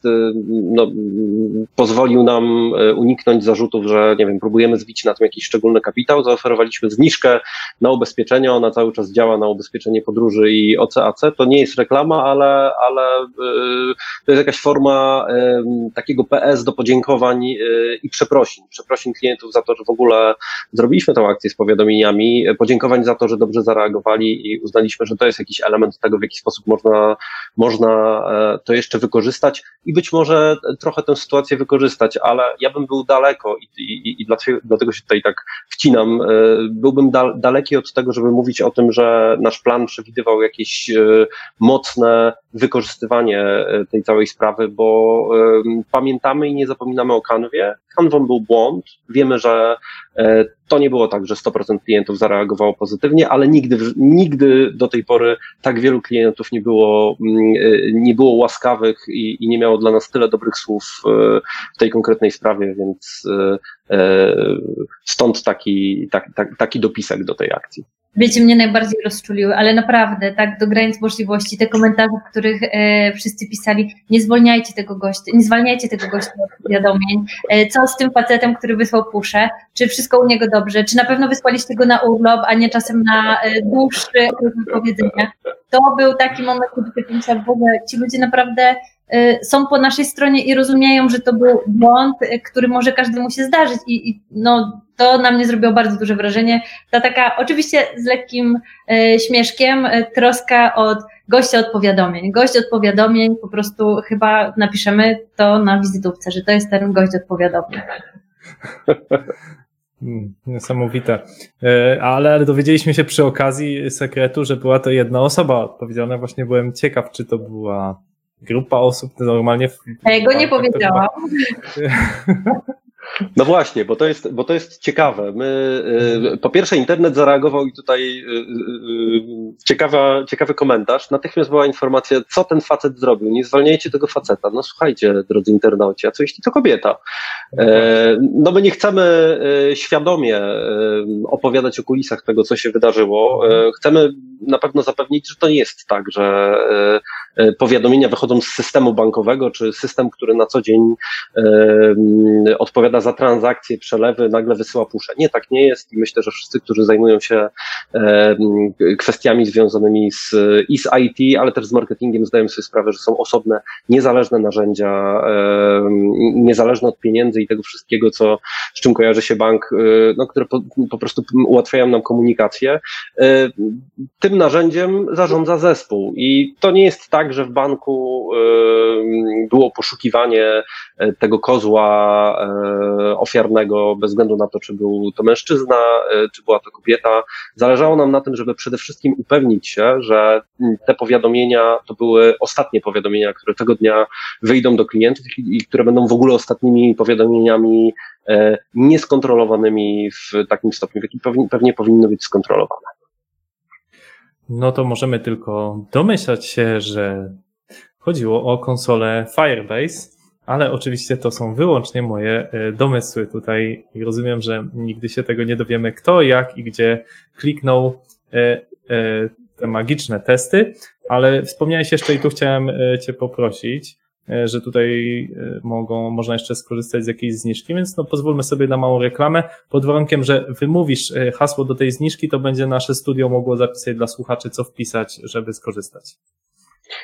pozwolił nam uniknąć zarzutów, że nie wiem, próbujemy zbić na tym jakiś szczególny kapitał. Zaoferowaliśmy zniżkę na ubezpieczenie, ona cały czas działa na ubezpieczenie podróży i OCAC. To nie jest reklama, ale to jest jakaś forma takiego PS do podziękowań i przeprosin klientów za to, że w ogóle zrobiliśmy tę akcję z powiadomieniami, podziękowań za to, że dobrze zareagowali i uznaliśmy, że to jest jakiś element tego, w jaki sposób można to jeszcze wykorzystać i być może trochę tę sytuację wykorzystać, ale ja bym był daleko i dlatego się tutaj tak wcinam, byłbym daleki od tego, żeby mówić o tym, że nasz plan przewidywał jakieś mocne wykorzystywanie tej całej sprawy, bo pamiętamy i nie zapominamy o Canwie. Canwą był błąd. Wiemy, że to nie było tak, że 100% klientów zareagowało pozytywnie, ale nigdy do tej pory tak wielu klientów nie było łaskawych i nie miało dla nas tyle dobrych słów w tej konkretnej sprawie, więc stąd taki dopisek do tej akcji. Wiecie, mnie najbardziej rozczuliły, ale naprawdę, tak do granic możliwości, te komentarze, w których wszyscy pisali, nie zwalniajcie tego gościa od powiadomień, co z tym facetem, który wysłał puszę, czy wszystko u niego dobrze, czy na pewno wysłaliście go na urlop, a nie czasem na dłuższy okres wypowiedzenia. To był taki moment, kiedy pomyślałam, Boże, ci ludzie naprawdę są po naszej stronie i rozumieją, że to był błąd, który może każdemu się zdarzyć i to na mnie zrobiło bardzo duże wrażenie. Ta taka, oczywiście z lekkim śmieszkiem, troska od gościa od powiadomień. Gość od powiadomień, po prostu chyba napiszemy to na wizytówce, że to jest ten gość od powiadomień. Niesamowite. Ale dowiedzieliśmy się przy okazji sekretu, że była to jedna osoba odpowiedzialna. Właśnie byłem ciekaw, czy to była grupa osób, to normalnie... Tego nie powiedziałam. No właśnie, bo to jest ciekawe. Po pierwsze internet zareagował i tutaj ciekawy komentarz. Natychmiast była informacja, co ten facet zrobił. Nie zwalniajcie tego faceta. No słuchajcie, drodzy internauci, a co jeśli to kobieta? No my nie chcemy świadomie opowiadać o kulisach tego, co się wydarzyło. Chcemy na pewno zapewnić, że to nie jest tak, że powiadomienia wychodzą z systemu bankowego, czy system, który na co dzień odpowiada za transakcje, przelewy, nagle wysyła puszę. Nie, tak nie jest i myślę, że wszyscy, którzy zajmują się kwestiami związanymi z IT, ale też z marketingiem, zdają sobie sprawę, że są osobne, niezależne narzędzia, niezależne od pieniędzy i tego wszystkiego, z czym kojarzy się bank, które po prostu ułatwiają nam komunikację. Tym narzędziem zarządza zespół i to nie jest tak, że w banku było poszukiwanie tego kozła ofiarnego bez względu na to, czy był to mężczyzna, czy była to kobieta. Zależało nam na tym, żeby przede wszystkim upewnić się, że te powiadomienia to były ostatnie powiadomienia, które tego dnia wyjdą do klientów i które będą w ogóle ostatnimi powiadomieniami nieskontrolowanymi w takim stopniu, w jakim pewnie powinny być skontrolowane. No to możemy tylko domyślać się, że chodziło o konsolę Firebase, ale oczywiście to są wyłącznie moje domysły tutaj i rozumiem, że nigdy się tego nie dowiemy, kto, jak i gdzie kliknął te magiczne testy, ale wspomniałeś jeszcze i tu chciałem Cię poprosić, że tutaj można jeszcze skorzystać z jakiejś zniżki, więc pozwólmy sobie na małą reklamę. Pod warunkiem, że wymówisz hasło do tej zniżki, to będzie nasze studio mogło zapisać dla słuchaczy, co wpisać, żeby skorzystać.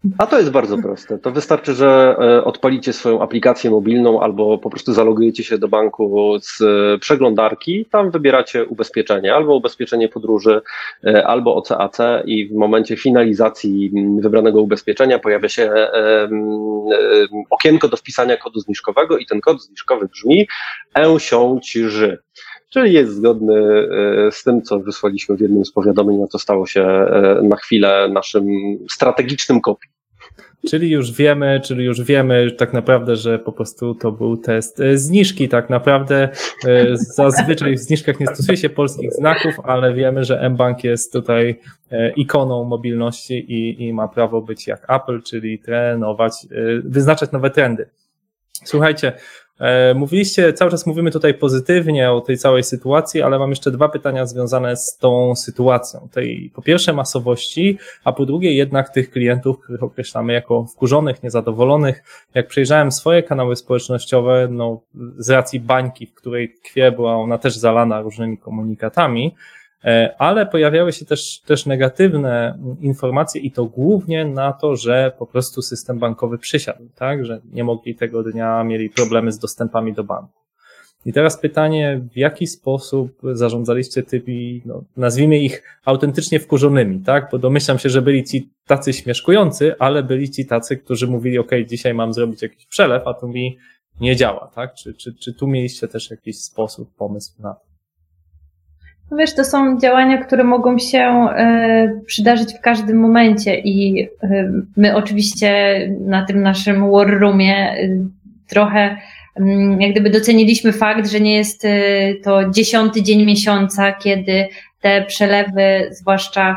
A to jest bardzo proste. To wystarczy, że odpalicie swoją aplikację mobilną albo po prostu zalogujecie się do banku z przeglądarki. Tam wybieracie ubezpieczenie, albo ubezpieczenie podróży, albo OCAC i w momencie finalizacji wybranego ubezpieczenia pojawia się okienko do wpisania kodu zniżkowego i ten kod zniżkowy brzmi ęsiąćży. Czyli jest zgodny z tym, co wysłaliśmy w jednym z powiadomień, na co stało się na chwilę naszym strategicznym copy. Czyli już wiemy tak naprawdę, że po prostu to był test zniżki. Tak naprawdę zazwyczaj w zniżkach nie stosuje się polskich znaków, ale wiemy, że mBank jest tutaj ikoną mobilności i ma prawo być jak Apple, czyli trenować, wyznaczać nowe trendy. Słuchajcie, mówiliście, cały czas mówimy tutaj pozytywnie o tej całej sytuacji, ale mam jeszcze dwa pytania związane z tą sytuacją. Tej po pierwsze masowości, a po drugie jednak tych klientów, których określamy jako wkurzonych, niezadowolonych. Jak przejrzałem swoje kanały społecznościowe, no z racji bańki, w której tkwię, była ona też zalana różnymi komunikatami, ale pojawiały się też negatywne informacje i to głównie na to, że po prostu system bankowy przysiadł, tak, że nie mogli tego dnia, mieli problemy z dostępami do banku. I teraz pytanie, w jaki sposób zarządzaliście tymi, no, nazwijmy ich autentycznie wkurzonymi, tak, bo domyślam się, że byli ci tacy śmieszkujący, ale byli ci tacy, którzy mówili, ok, dzisiaj mam zrobić jakiś przelew, a tu mi nie działa, tak, czy tu mieliście też jakiś sposób, pomysł na to? No wiesz, to są działania, które mogą się przydarzyć w każdym momencie i my oczywiście na tym naszym war roomie trochę jak gdyby doceniliśmy fakt, że nie jest to 10. dzień miesiąca, kiedy te przelewy, zwłaszcza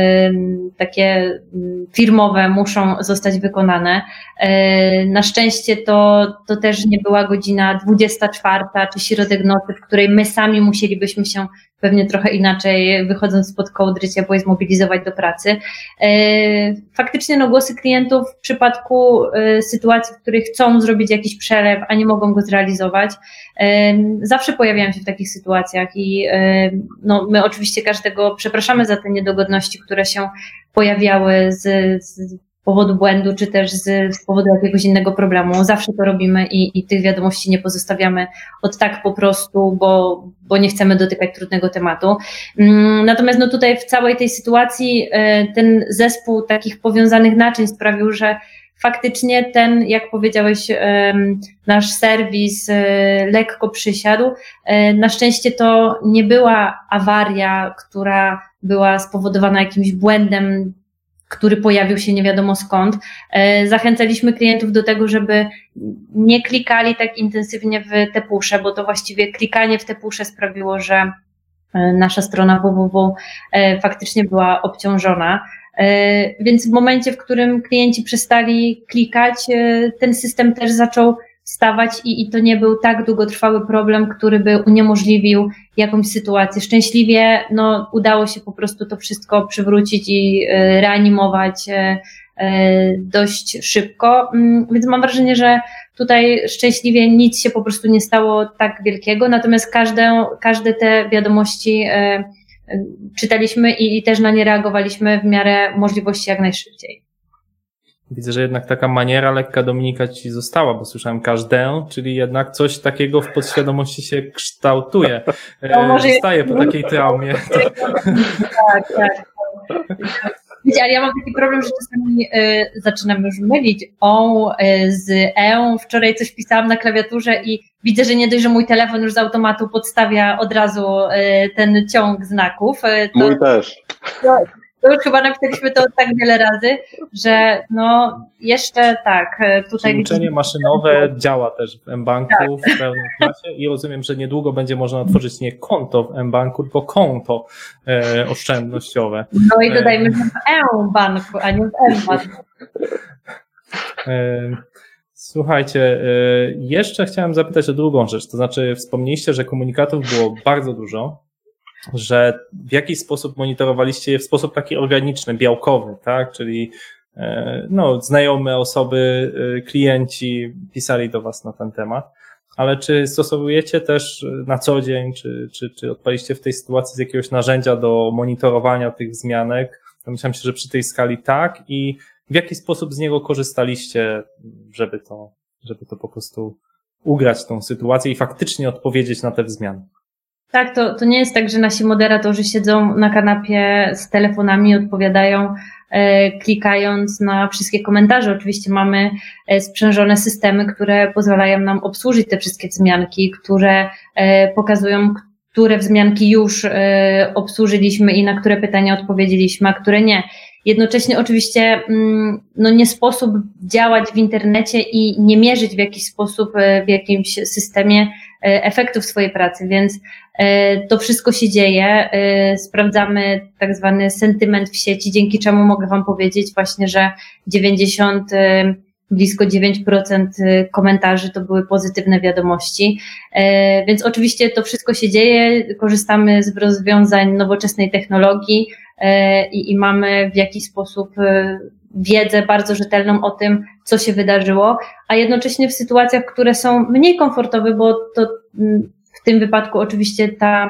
takie firmowe, muszą zostać wykonane. Na szczęście to też nie była godzina 24 czy środek nocy, w której my sami musielibyśmy się pewnie trochę inaczej, wychodząc spod kołdry, ciepłej zmobilizować do pracy. Faktycznie no, głosy klientów w przypadku sytuacji, w których chcą zrobić jakiś przelew, a nie mogą go zrealizować, zawsze pojawiają się w takich sytuacjach i no, my oczywiście każdego przepraszamy za te niedogodności, które się pojawiały z powodu błędu, czy też z powodu jakiegoś innego problemu. Zawsze to robimy i tych wiadomości nie pozostawiamy od tak po prostu, bo nie chcemy dotykać trudnego tematu. Natomiast no tutaj w całej tej sytuacji ten zespół takich powiązanych naczyń sprawił, że faktycznie ten, jak powiedziałeś, nasz serwis lekko przysiadł. Na szczęście to nie była awaria, która była spowodowana jakimś błędem, który pojawił się nie wiadomo skąd. Zachęcaliśmy klientów do tego, żeby nie klikali tak intensywnie w te pusze, bo to właściwie klikanie w te pusze sprawiło, że nasza strona www faktycznie była obciążona. Więc w momencie, w którym klienci przestali klikać, ten system też zaczął stawać i to nie był tak długotrwały problem, który by uniemożliwił jakąś sytuację. Szczęśliwie no, udało się po prostu to wszystko przywrócić i reanimować dość szybko, więc mam wrażenie, że tutaj szczęśliwie nic się po prostu nie stało tak wielkiego, natomiast każde te wiadomości czytaliśmy i też na nie reagowaliśmy w miarę możliwości jak najszybciej. Widzę, że jednak taka maniera lekka Dominika ci została, bo słyszałem każdę, czyli jednak coś takiego w podświadomości się kształtuje. Zostaje po takiej traumie. Tak. Wiecie, ale ja mam taki problem, że czasami zaczynam już mylić z Wczoraj coś pisałam na klawiaturze i widzę, że nie dość, że mój telefon już z automatu podstawia od razu ten ciąg znaków. Mój też. To już chyba napisaliśmy to tak wiele razy, że no jeszcze tak. Tutaj uczenie maszynowe działa też w mBanku w pełnym klasie i rozumiem, że niedługo będzie można otworzyć nie konto w mBanku, tylko konto oszczędnościowe. No i dodajmy, że w mBanku, a nie w mBanku. Słuchajcie, jeszcze chciałem zapytać o drugą rzecz, to znaczy wspomnieliście, że komunikatów było bardzo dużo, że w jakiś sposób monitorowaliście je w sposób taki organiczny, białkowy, tak? Czyli no, znajome osoby, klienci pisali do was na ten temat, ale czy stosujecie też na co dzień, czy odpaliście w tej sytuacji z jakiegoś narzędzia do monitorowania tych wzmianek Domyślam się, że przy tej skali tak i w jaki sposób z niego korzystaliście, żeby to po prostu ugrać tą sytuację i faktycznie odpowiedzieć na te wzmiany. Tak, to nie jest tak, że nasi moderatorzy siedzą na kanapie z telefonami i odpowiadają, klikając na wszystkie komentarze. Oczywiście mamy sprzężone systemy, które pozwalają nam obsłużyć te wszystkie wzmianki, które pokazują, które wzmianki już obsłużyliśmy i na które pytania odpowiedzieliśmy, a które nie. Jednocześnie oczywiście nie sposób działać w internecie i nie mierzyć w jakiś sposób w jakimś systemie efektów swojej pracy, więc to wszystko się dzieje. Sprawdzamy tak zwany sentyment w sieci, dzięki czemu mogę Wam powiedzieć właśnie, że blisko 9% komentarzy to były pozytywne wiadomości. Więc oczywiście to wszystko się dzieje, korzystamy z rozwiązań nowoczesnej technologii i mamy w jakiś sposób wiedzę bardzo rzetelną o tym, co się wydarzyło, a jednocześnie w sytuacjach, które są mniej komfortowe, bo to w tym wypadku oczywiście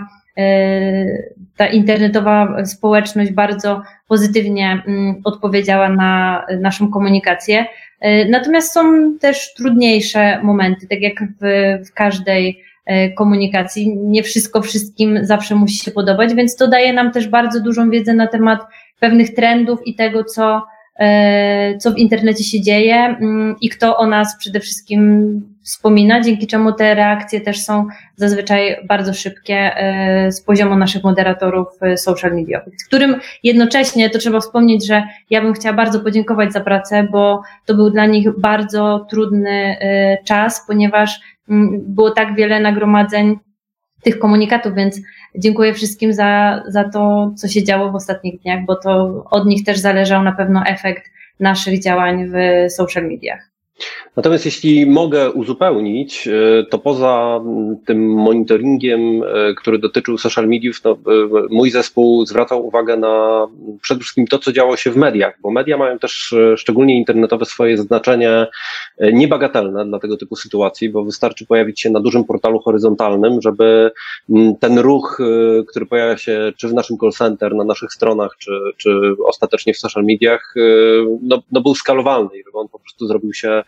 ta internetowa społeczność bardzo pozytywnie odpowiedziała na naszą komunikację. Natomiast są też trudniejsze momenty, tak jak w każdej komunikacji. Nie wszystko wszystkim zawsze musi się podobać, więc to daje nam też bardzo dużą wiedzę na temat pewnych trendów i tego, co w internecie się dzieje i kto o nas przede wszystkim wspomina, dzięki czemu te reakcje też są zazwyczaj bardzo szybkie z poziomu naszych moderatorów social mediowych, z którym jednocześnie to trzeba wspomnieć, że ja bym chciała bardzo podziękować za pracę, bo to był dla nich bardzo trudny czas, ponieważ było tak wiele nagromadzeń tych komunikatów, więc dziękuję wszystkim za to, co się działo w ostatnich dniach, bo to od nich też zależał na pewno efekt naszych działań w social mediach. Natomiast jeśli mogę uzupełnić, to poza tym monitoringiem, który dotyczył social mediów, mój zespół zwracał uwagę na przede wszystkim to, co działo się w mediach, bo media mają też, szczególnie internetowe, swoje znaczenie niebagatelne dla tego typu sytuacji, bo wystarczy pojawić się na dużym portalu horyzontalnym, żeby ten ruch, który pojawia się czy w naszym call center, na naszych stronach, czy ostatecznie w social mediach, był skalowalny i żeby on po prostu zrobił się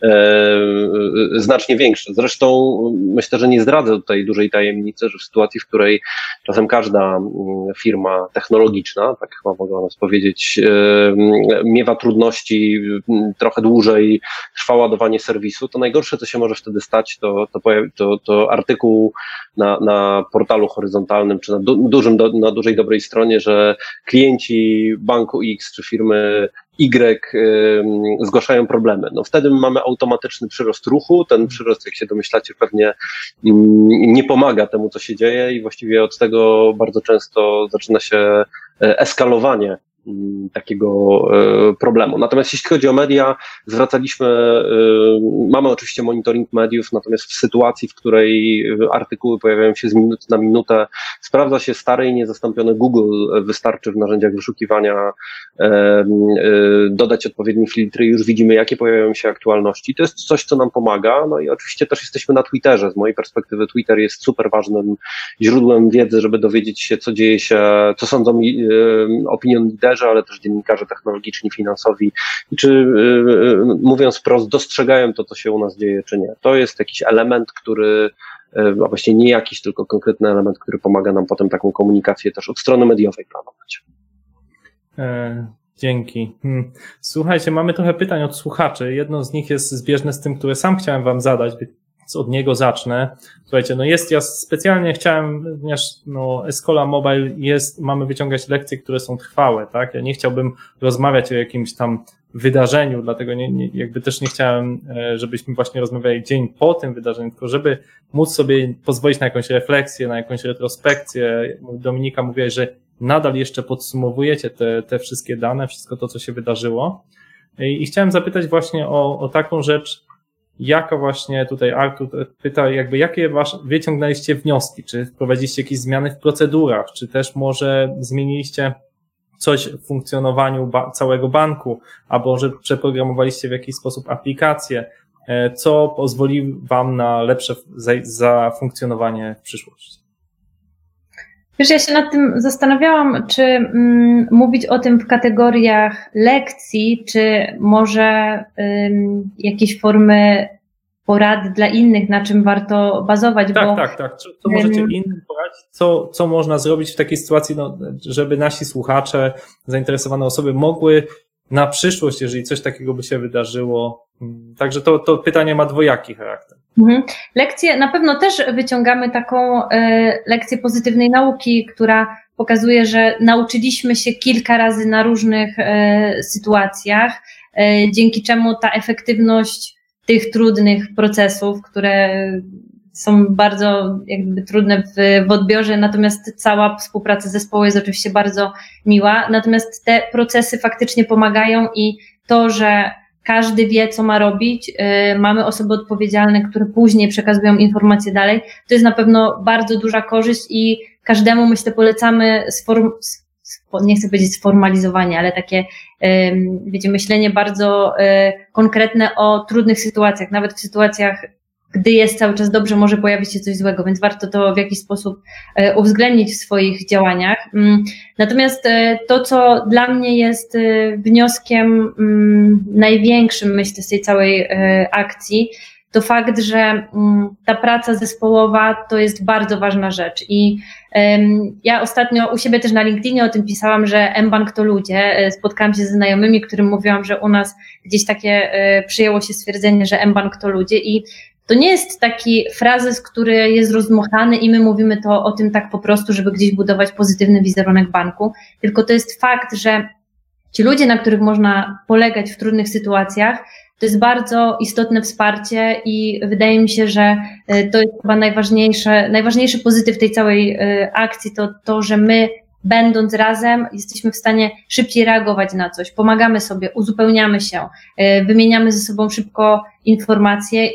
znacznie większe. Zresztą myślę, że nie zdradzę tutaj dużej tajemnicy, że w sytuacji, w której czasem każda firma technologiczna, tak chyba mogę nas powiedzieć, miewa trudności, trochę dłużej trwa ładowanie serwisu, to najgorsze, co się może wtedy stać, to artykuł na portalu horyzontalnym, czy na dużej dobrej stronie, że klienci banku X czy firmy Y zgłaszają problemy. Wtedy mamy automatyczny przyrost ruchu. Ten przyrost, jak się domyślacie, pewnie nie pomaga temu, co się dzieje i właściwie od tego bardzo często zaczyna się eskalowanie takiego problemu. Natomiast jeśli chodzi o media, mamy oczywiście monitoring mediów, natomiast w sytuacji, w której artykuły pojawiają się z minuty na minutę, sprawdza się stare i niezastąpione Google, wystarczy w narzędziach wyszukiwania dodać odpowiednie filtry i już widzimy, jakie pojawiają się aktualności. To jest coś, co nam pomaga, i oczywiście też jesteśmy na Twitterze. Z mojej perspektywy Twitter jest super ważnym źródłem wiedzy, żeby dowiedzieć się, co dzieje się, co sądzą opinion liderzy, ale też dziennikarze technologiczni, finansowi i czy, mówiąc wprost, dostrzegają to, co się u nas dzieje, czy nie. To jest jakiś element, który, a właściwie nie jakiś, tylko konkretny element, który pomaga nam potem taką komunikację też od strony mediowej planować. Dzięki. Słuchajcie, mamy trochę pytań od słuchaczy. Jedno z nich jest zbieżne z tym, które sam chciałem wam zadać, więc od niego zacznę. Słuchajcie, ja specjalnie chciałem, ponieważ Escola Mobile mamy wyciągać lekcje, które są trwałe, tak? Ja nie chciałbym rozmawiać o jakimś tam wydarzeniu, dlatego jakby też nie chciałem, żebyśmy właśnie rozmawiali dzień po tym wydarzeniu, tylko żeby móc sobie pozwolić na jakąś refleksję, na jakąś retrospekcję. Dominika mówiła, że nadal jeszcze podsumowujecie te wszystkie dane, wszystko to, co się wydarzyło. I chciałem zapytać właśnie o taką rzecz, jaka właśnie tutaj Artur pyta, jakie wyciągnęliście wnioski, czy wprowadziliście jakieś zmiany w procedurach, czy też może zmieniliście coś w funkcjonowaniu całego banku, albo że przeprogramowaliście w jakiś sposób aplikację, co pozwoli wam na lepsze zafunkcjonowanie w przyszłości. Wiesz, ja się nad tym zastanawiałam, czy mówić o tym w kategoriach lekcji, czy może jakieś formy porad dla innych, na czym warto bazować. Tak. Co możecie innym poradzić? Co można zrobić w takiej sytuacji, no, żeby nasi słuchacze, zainteresowane osoby mogły na przyszłość, jeżeli coś takiego by się wydarzyło. Także to pytanie ma dwojaki charakter. Lekcje, na pewno też wyciągamy taką lekcję pozytywnej nauki, która pokazuje, że nauczyliśmy się kilka razy na różnych sytuacjach, dzięki czemu ta efektywność tych trudnych procesów, które są bardzo jakby trudne w odbiorze, natomiast cała współpraca zespołu jest oczywiście bardzo miła, natomiast te procesy faktycznie pomagają i to, że każdy wie, co ma robić, mamy osoby odpowiedzialne, które później przekazują informacje dalej, to jest na pewno bardzo duża korzyść i każdemu, myślę, polecamy nie chcę powiedzieć sformalizowanie, ale takie, wiecie, myślenie bardzo konkretne o trudnych sytuacjach, nawet w sytuacjach, gdy jest cały czas dobrze, może pojawić się coś złego, więc warto to w jakiś sposób uwzględnić w swoich działaniach. Natomiast to, co dla mnie jest wnioskiem największym, myślę, z tej całej akcji, to fakt, że ta praca zespołowa to jest bardzo ważna rzecz i ja ostatnio u siebie też na LinkedInie o tym pisałam, że mBank to ludzie. Spotkałam się ze znajomymi, którym mówiłam, że u nas gdzieś takie przyjęło się stwierdzenie, że mBank to ludzie i to nie jest taki frazes, który jest rozdmuchany i my mówimy to o tym tak po prostu, żeby gdzieś budować pozytywny wizerunek banku, tylko to jest fakt, że ci ludzie, na których można polegać w trudnych sytuacjach, to jest bardzo istotne wsparcie i wydaje mi się, że to jest chyba najważniejszy pozytyw tej całej akcji, to, że my będąc razem jesteśmy w stanie szybciej reagować na coś, pomagamy sobie, uzupełniamy się, wymieniamy ze sobą szybko informacje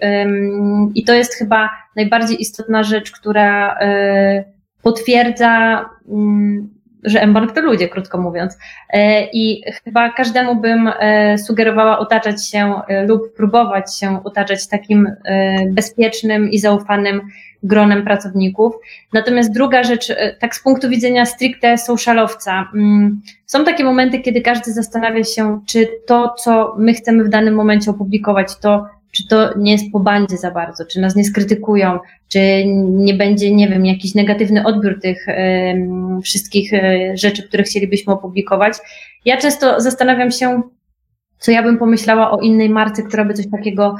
i to jest chyba najbardziej istotna rzecz, która potwierdza, że mBank to ludzie, krótko mówiąc. I chyba każdemu bym sugerowała otaczać się lub próbować się otaczać takim bezpiecznym i zaufanym gronem pracowników. Natomiast druga rzecz, tak z punktu widzenia stricte socialowca, są takie momenty, kiedy każdy zastanawia się, czy to, co my chcemy w danym momencie opublikować, czy to nie jest po bandzie za bardzo, czy nas nie skrytykują, czy nie będzie, nie wiem, jakiś negatywny odbiór tych wszystkich rzeczy, które chcielibyśmy opublikować. Ja często zastanawiam się, co ja bym pomyślała o innej marce, która by coś takiego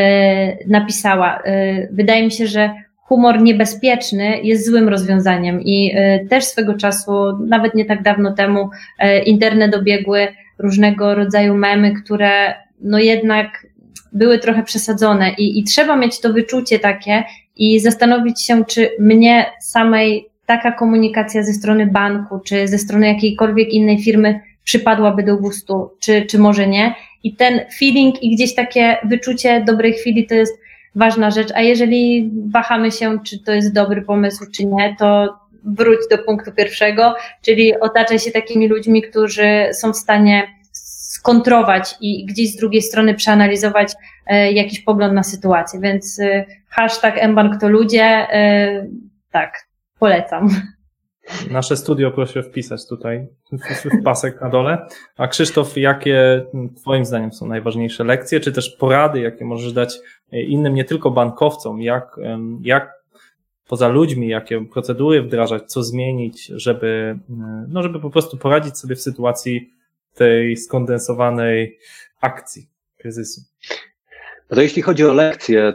napisała. Wydaje mi się, że humor niebezpieczny jest złym rozwiązaniem i też swego czasu, nawet nie tak dawno temu, internet obiegły różnego rodzaju memy, które no jednak były trochę przesadzone i trzeba mieć to wyczucie takie i zastanowić się, czy mnie samej taka komunikacja ze strony banku, czy ze strony jakiejkolwiek innej firmy przypadłaby do gustu, czy może nie. I ten feeling i gdzieś takie wyczucie dobrej chwili to jest ważna rzecz, a jeżeli wahamy się, czy to jest dobry pomysł, czy nie, to wróć do punktu pierwszego, czyli otaczaj się takimi ludźmi, którzy są w stanie skontrować i gdzieś z drugiej strony przeanalizować jakiś pogląd na sytuację, więc hashtag mBank to ludzie, tak, polecam. Nasze studio proszę wpisać tutaj w pasek na dole. A Krzysztof, jakie twoim zdaniem są najważniejsze lekcje, czy też porady, jakie możesz dać innym, nie tylko bankowcom, jak poza ludźmi, jakie procedury wdrażać, co zmienić, żeby po prostu poradzić sobie w sytuacji tej skondensowanej akcji kryzysu? No to jeśli chodzi o lekcje,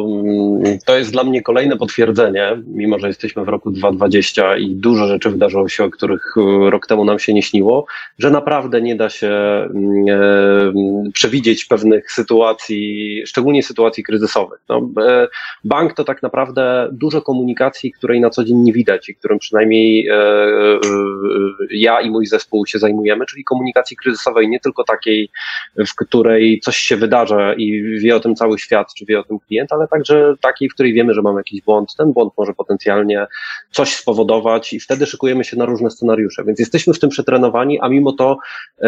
to jest dla mnie kolejne potwierdzenie, mimo że jesteśmy w roku 2020 i dużo rzeczy wydarzyło się, o których rok temu nam się nie śniło, że naprawdę nie da się przewidzieć pewnych sytuacji, szczególnie sytuacji kryzysowych. No, bank to tak naprawdę dużo komunikacji, której na co dzień nie widać i którym przynajmniej ja i mój zespół się zajmujemy, czyli komunikacji kryzysowej, nie tylko takiej, w której coś się wydarza i wie o tym tym cały świat, czy wie o tym klient, ale także takiej, w której wiemy, że mamy jakiś błąd. Ten błąd może potencjalnie coś spowodować i wtedy szykujemy się na różne scenariusze, więc jesteśmy w tym przetrenowani, a mimo to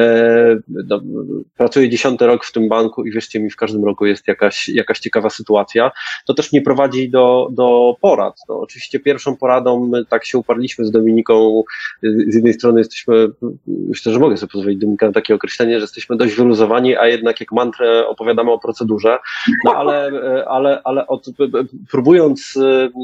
pracuję 10. rok w tym banku i wierzcie mi, w każdym roku jest jakaś ciekawa sytuacja. To też mnie prowadzi do porad. No, oczywiście pierwszą poradą, my tak się uparliśmy z Dominiką, z jednej strony jesteśmy, myślę, że mogę sobie pozwolić Dominika na takie określenie, że jesteśmy dość wyluzowani, a jednak jak mantrę opowiadamy o procedurze, no ale próbując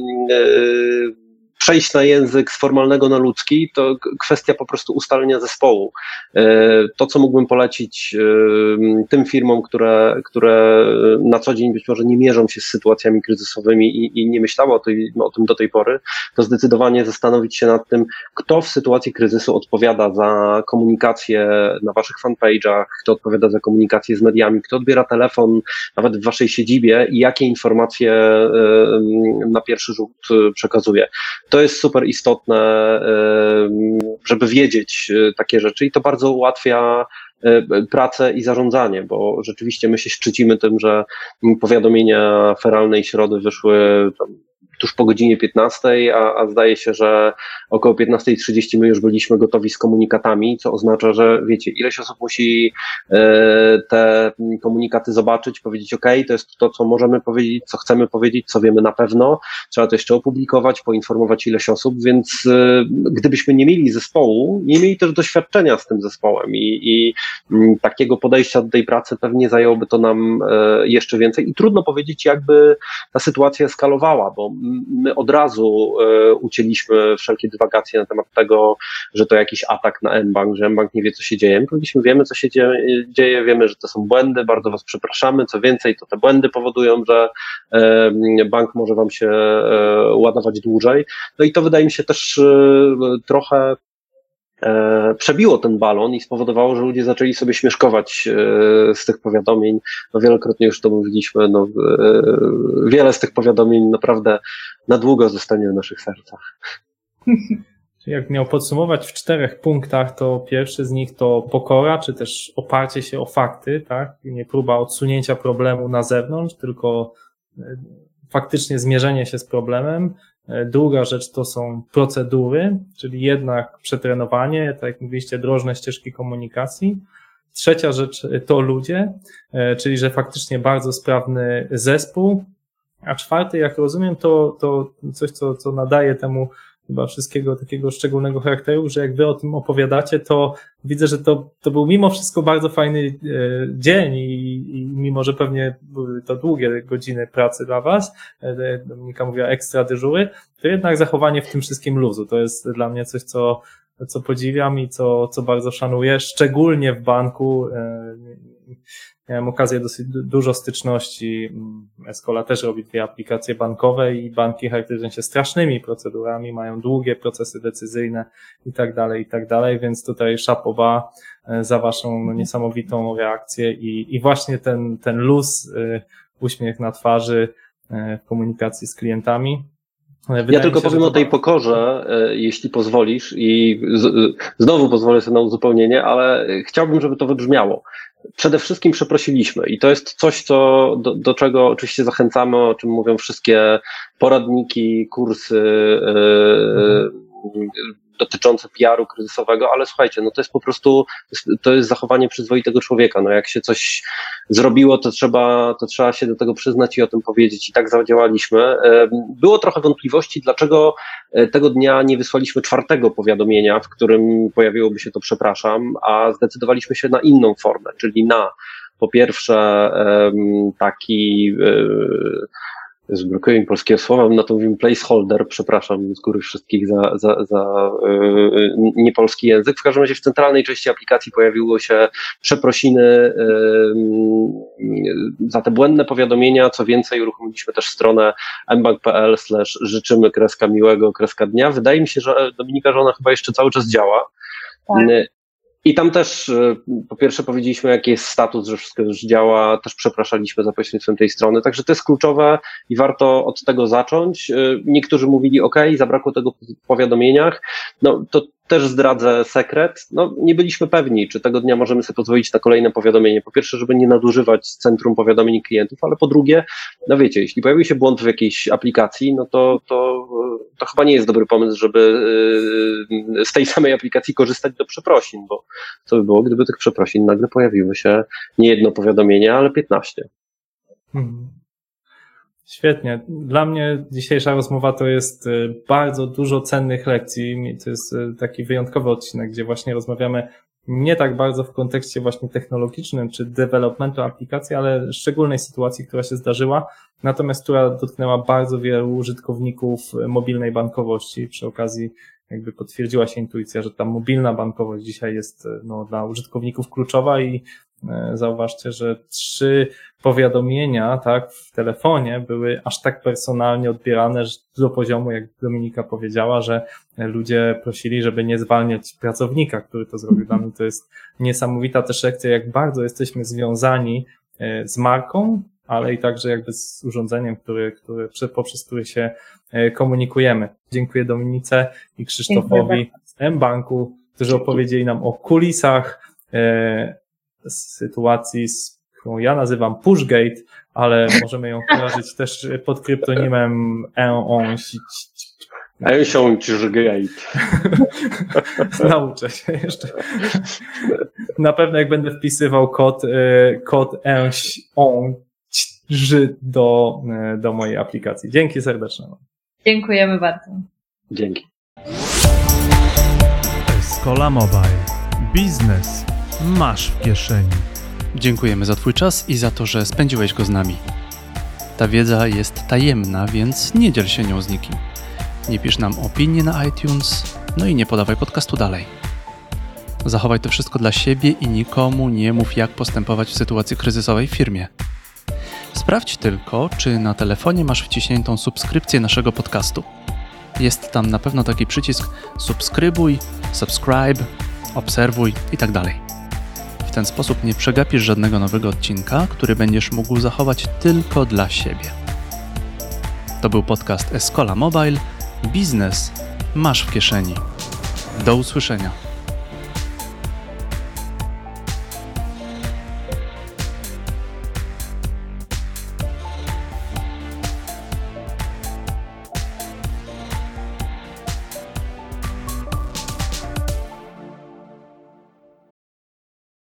przejść na język z formalnego na ludzki, to kwestia po prostu ustalenia zespołu. To, co mógłbym polecić tym firmom, które na co dzień być może nie mierzą się z sytuacjami kryzysowymi i nie myślały o tym do tej pory, to zdecydowanie zastanowić się nad tym, kto w sytuacji kryzysu odpowiada za komunikację na waszych fanpage'ach, kto odpowiada za komunikację z mediami, kto odbiera telefon nawet w waszej siedzibie i jakie informacje na pierwszy rzut przekazuje. To jest super istotne, żeby wiedzieć takie rzeczy i to bardzo ułatwia pracę i zarządzanie, bo rzeczywiście my się szczycimy tym, że powiadomienia feralnej środy wyszły tuż po godzinie 15, a zdaje się, że około 15:30 my już byliśmy gotowi z komunikatami, co oznacza, że wiecie, ileś osób musi te komunikaty zobaczyć, powiedzieć OK, to jest to, co możemy powiedzieć, co chcemy powiedzieć, co wiemy na pewno, trzeba to jeszcze opublikować, poinformować ileś osób, więc gdybyśmy nie mieli zespołu, nie mieli też doświadczenia z tym zespołem i takiego podejścia do tej pracy pewnie zajęłoby to nam jeszcze więcej i trudno powiedzieć, jakby ta sytuacja eskalowała, bo my od razu ucięliśmy wszelkie dywagacje na temat tego, że to jakiś atak na mBank, że mBank nie wie, co się dzieje. My powiedzieliśmy, wiemy, co się dzieje, wiemy, że to są błędy, bardzo was przepraszamy, co więcej, to te błędy powodują, że bank może wam się ładować dłużej. No i to wydaje mi się też trochę przebiło ten balon i spowodowało, że ludzie zaczęli sobie śmieszkować z tych powiadomień. No wielokrotnie już to mówiliśmy, wiele z tych powiadomień naprawdę na długo zostanie w naszych sercach. Jak miał podsumować w 4 punktach, to pierwszy z nich to pokora, czy też oparcie się o fakty, tak? Nie próba odsunięcia problemu na zewnątrz, tylko faktycznie zmierzenie się z problemem. Druga rzecz to są procedury, czyli jednak przetrenowanie, tak jak mówiliście, drożne ścieżki komunikacji. Trzecia rzecz to ludzie, czyli że faktycznie bardzo sprawny zespół. A czwarte, jak rozumiem, to coś, co nadaje temu chyba wszystkiego takiego szczególnego charakteru, że jak wy o tym opowiadacie, to widzę, że to był mimo wszystko bardzo fajny dzień i mimo, że pewnie były to długie godziny pracy dla was, Dominika mówiła ekstra dyżury, to jednak zachowanie w tym wszystkim luzu. To jest dla mnie coś, co podziwiam i co bardzo szanuję, szczególnie w banku. Miałem okazję dosyć dużo styczności. Escola też robi 2 aplikacje bankowe i banki charakteryzują się strasznymi procedurami, mają długie procesy decyzyjne i tak dalej, więc tutaj chapeau bas za waszą niesamowitą reakcję i właśnie ten luz, uśmiech na twarzy w komunikacji z klientami. Ja tylko powiem o tej pokorze, jeśli pozwolisz i znowu pozwolę sobie na uzupełnienie, ale chciałbym, żeby to wybrzmiało. Przede wszystkim przeprosiliśmy i to jest coś, do czego oczywiście zachęcamy, o czym mówią wszystkie poradniki, kursy dotyczące PR-u kryzysowego, ale słuchajcie, to jest po prostu, to jest zachowanie przyzwoitego człowieka. Jak się coś zrobiło, to trzeba się do tego przyznać i o tym powiedzieć. I tak zadziałaliśmy. Było trochę wątpliwości, dlaczego tego dnia nie wysłaliśmy 4. powiadomienia, w którym pojawiłoby się to przepraszam, a zdecydowaliśmy się na inną formę, czyli po pierwsze taki brakuje mi polskiego słowa, na to mówimy placeholder, przepraszam z góry wszystkich za niepolski język. W każdym razie w centralnej części aplikacji pojawiło się przeprosiny za te błędne powiadomienia. Co więcej, uruchomiliśmy też stronę mbank.pl/życzymy-miłego-dnia. Wydaje mi się, że Dominika, że ona chyba jeszcze cały czas działa. Tak. I tam też po pierwsze powiedzieliśmy, jaki jest status, że wszystko już działa, też przepraszaliśmy za pośrednictwem tej strony, także to jest kluczowe i warto od tego zacząć. Niektórzy mówili OK, zabrakło tego w powiadomieniach, to też zdradzę sekret. No, nie byliśmy pewni, czy tego dnia możemy sobie pozwolić na kolejne powiadomienie. Po pierwsze, żeby nie nadużywać centrum powiadomień klientów, ale po drugie, no wiecie, jeśli pojawił się błąd w jakiejś aplikacji, no to chyba nie jest dobry pomysł, żeby z tej samej aplikacji korzystać do przeprosin, bo co by było, gdyby tych przeprosin nagle pojawiły się nie jedno powiadomienie, ale 15. Świetnie. Dla mnie dzisiejsza rozmowa to jest bardzo dużo cennych lekcji. To jest taki wyjątkowy odcinek, gdzie właśnie rozmawiamy nie tak bardzo w kontekście właśnie technologicznym czy developmentu aplikacji, ale szczególnej sytuacji, która się zdarzyła, natomiast która dotknęła bardzo wielu użytkowników mobilnej bankowości. Przy okazji jakby potwierdziła się intuicja, że ta mobilna bankowość dzisiaj jest dla użytkowników kluczowa i zauważcie, że 3 powiadomienia, tak, w telefonie były aż tak personalnie odbierane do poziomu, jak Dominika powiedziała, że ludzie prosili, żeby nie zwalniać pracownika, który to zrobił. Dla mnie to jest niesamowita też lekcja, jak bardzo jesteśmy związani z marką, ale i także jakby z urządzeniem, poprzez który się komunikujemy. Dziękuję Dominice i Krzysztofowi z mBanku, którzy opowiedzieli nam o kulisach sytuacji, którą ja nazywam Pushgate, ale możemy ją kojarzyć też pod kryptonimem Pushgate. Nauczę się jeszcze. Na pewno jak będę wpisywał kod do mojej aplikacji. Dzięki serdeczne. Dziękujemy bardzo. Dzięki. Escola Mobile. Biznes masz w kieszeni. Dziękujemy za Twój czas i za to, że spędziłeś go z nami. Ta wiedza jest tajemna, więc nie dziel się nią z nikim. Nie pisz nam opinii na iTunes, no i nie podawaj podcastu dalej. Zachowaj to wszystko dla siebie i nikomu nie mów, jak postępować w sytuacji kryzysowej w firmie. Sprawdź tylko, czy na telefonie masz wciśniętą subskrypcję naszego podcastu. Jest tam na pewno taki przycisk subskrybuj, subscribe, obserwuj itd. W ten sposób nie przegapisz żadnego nowego odcinka, który będziesz mógł zachować tylko dla siebie. To był podcast Escola Mobile. Biznes masz w kieszeni. Do usłyszenia.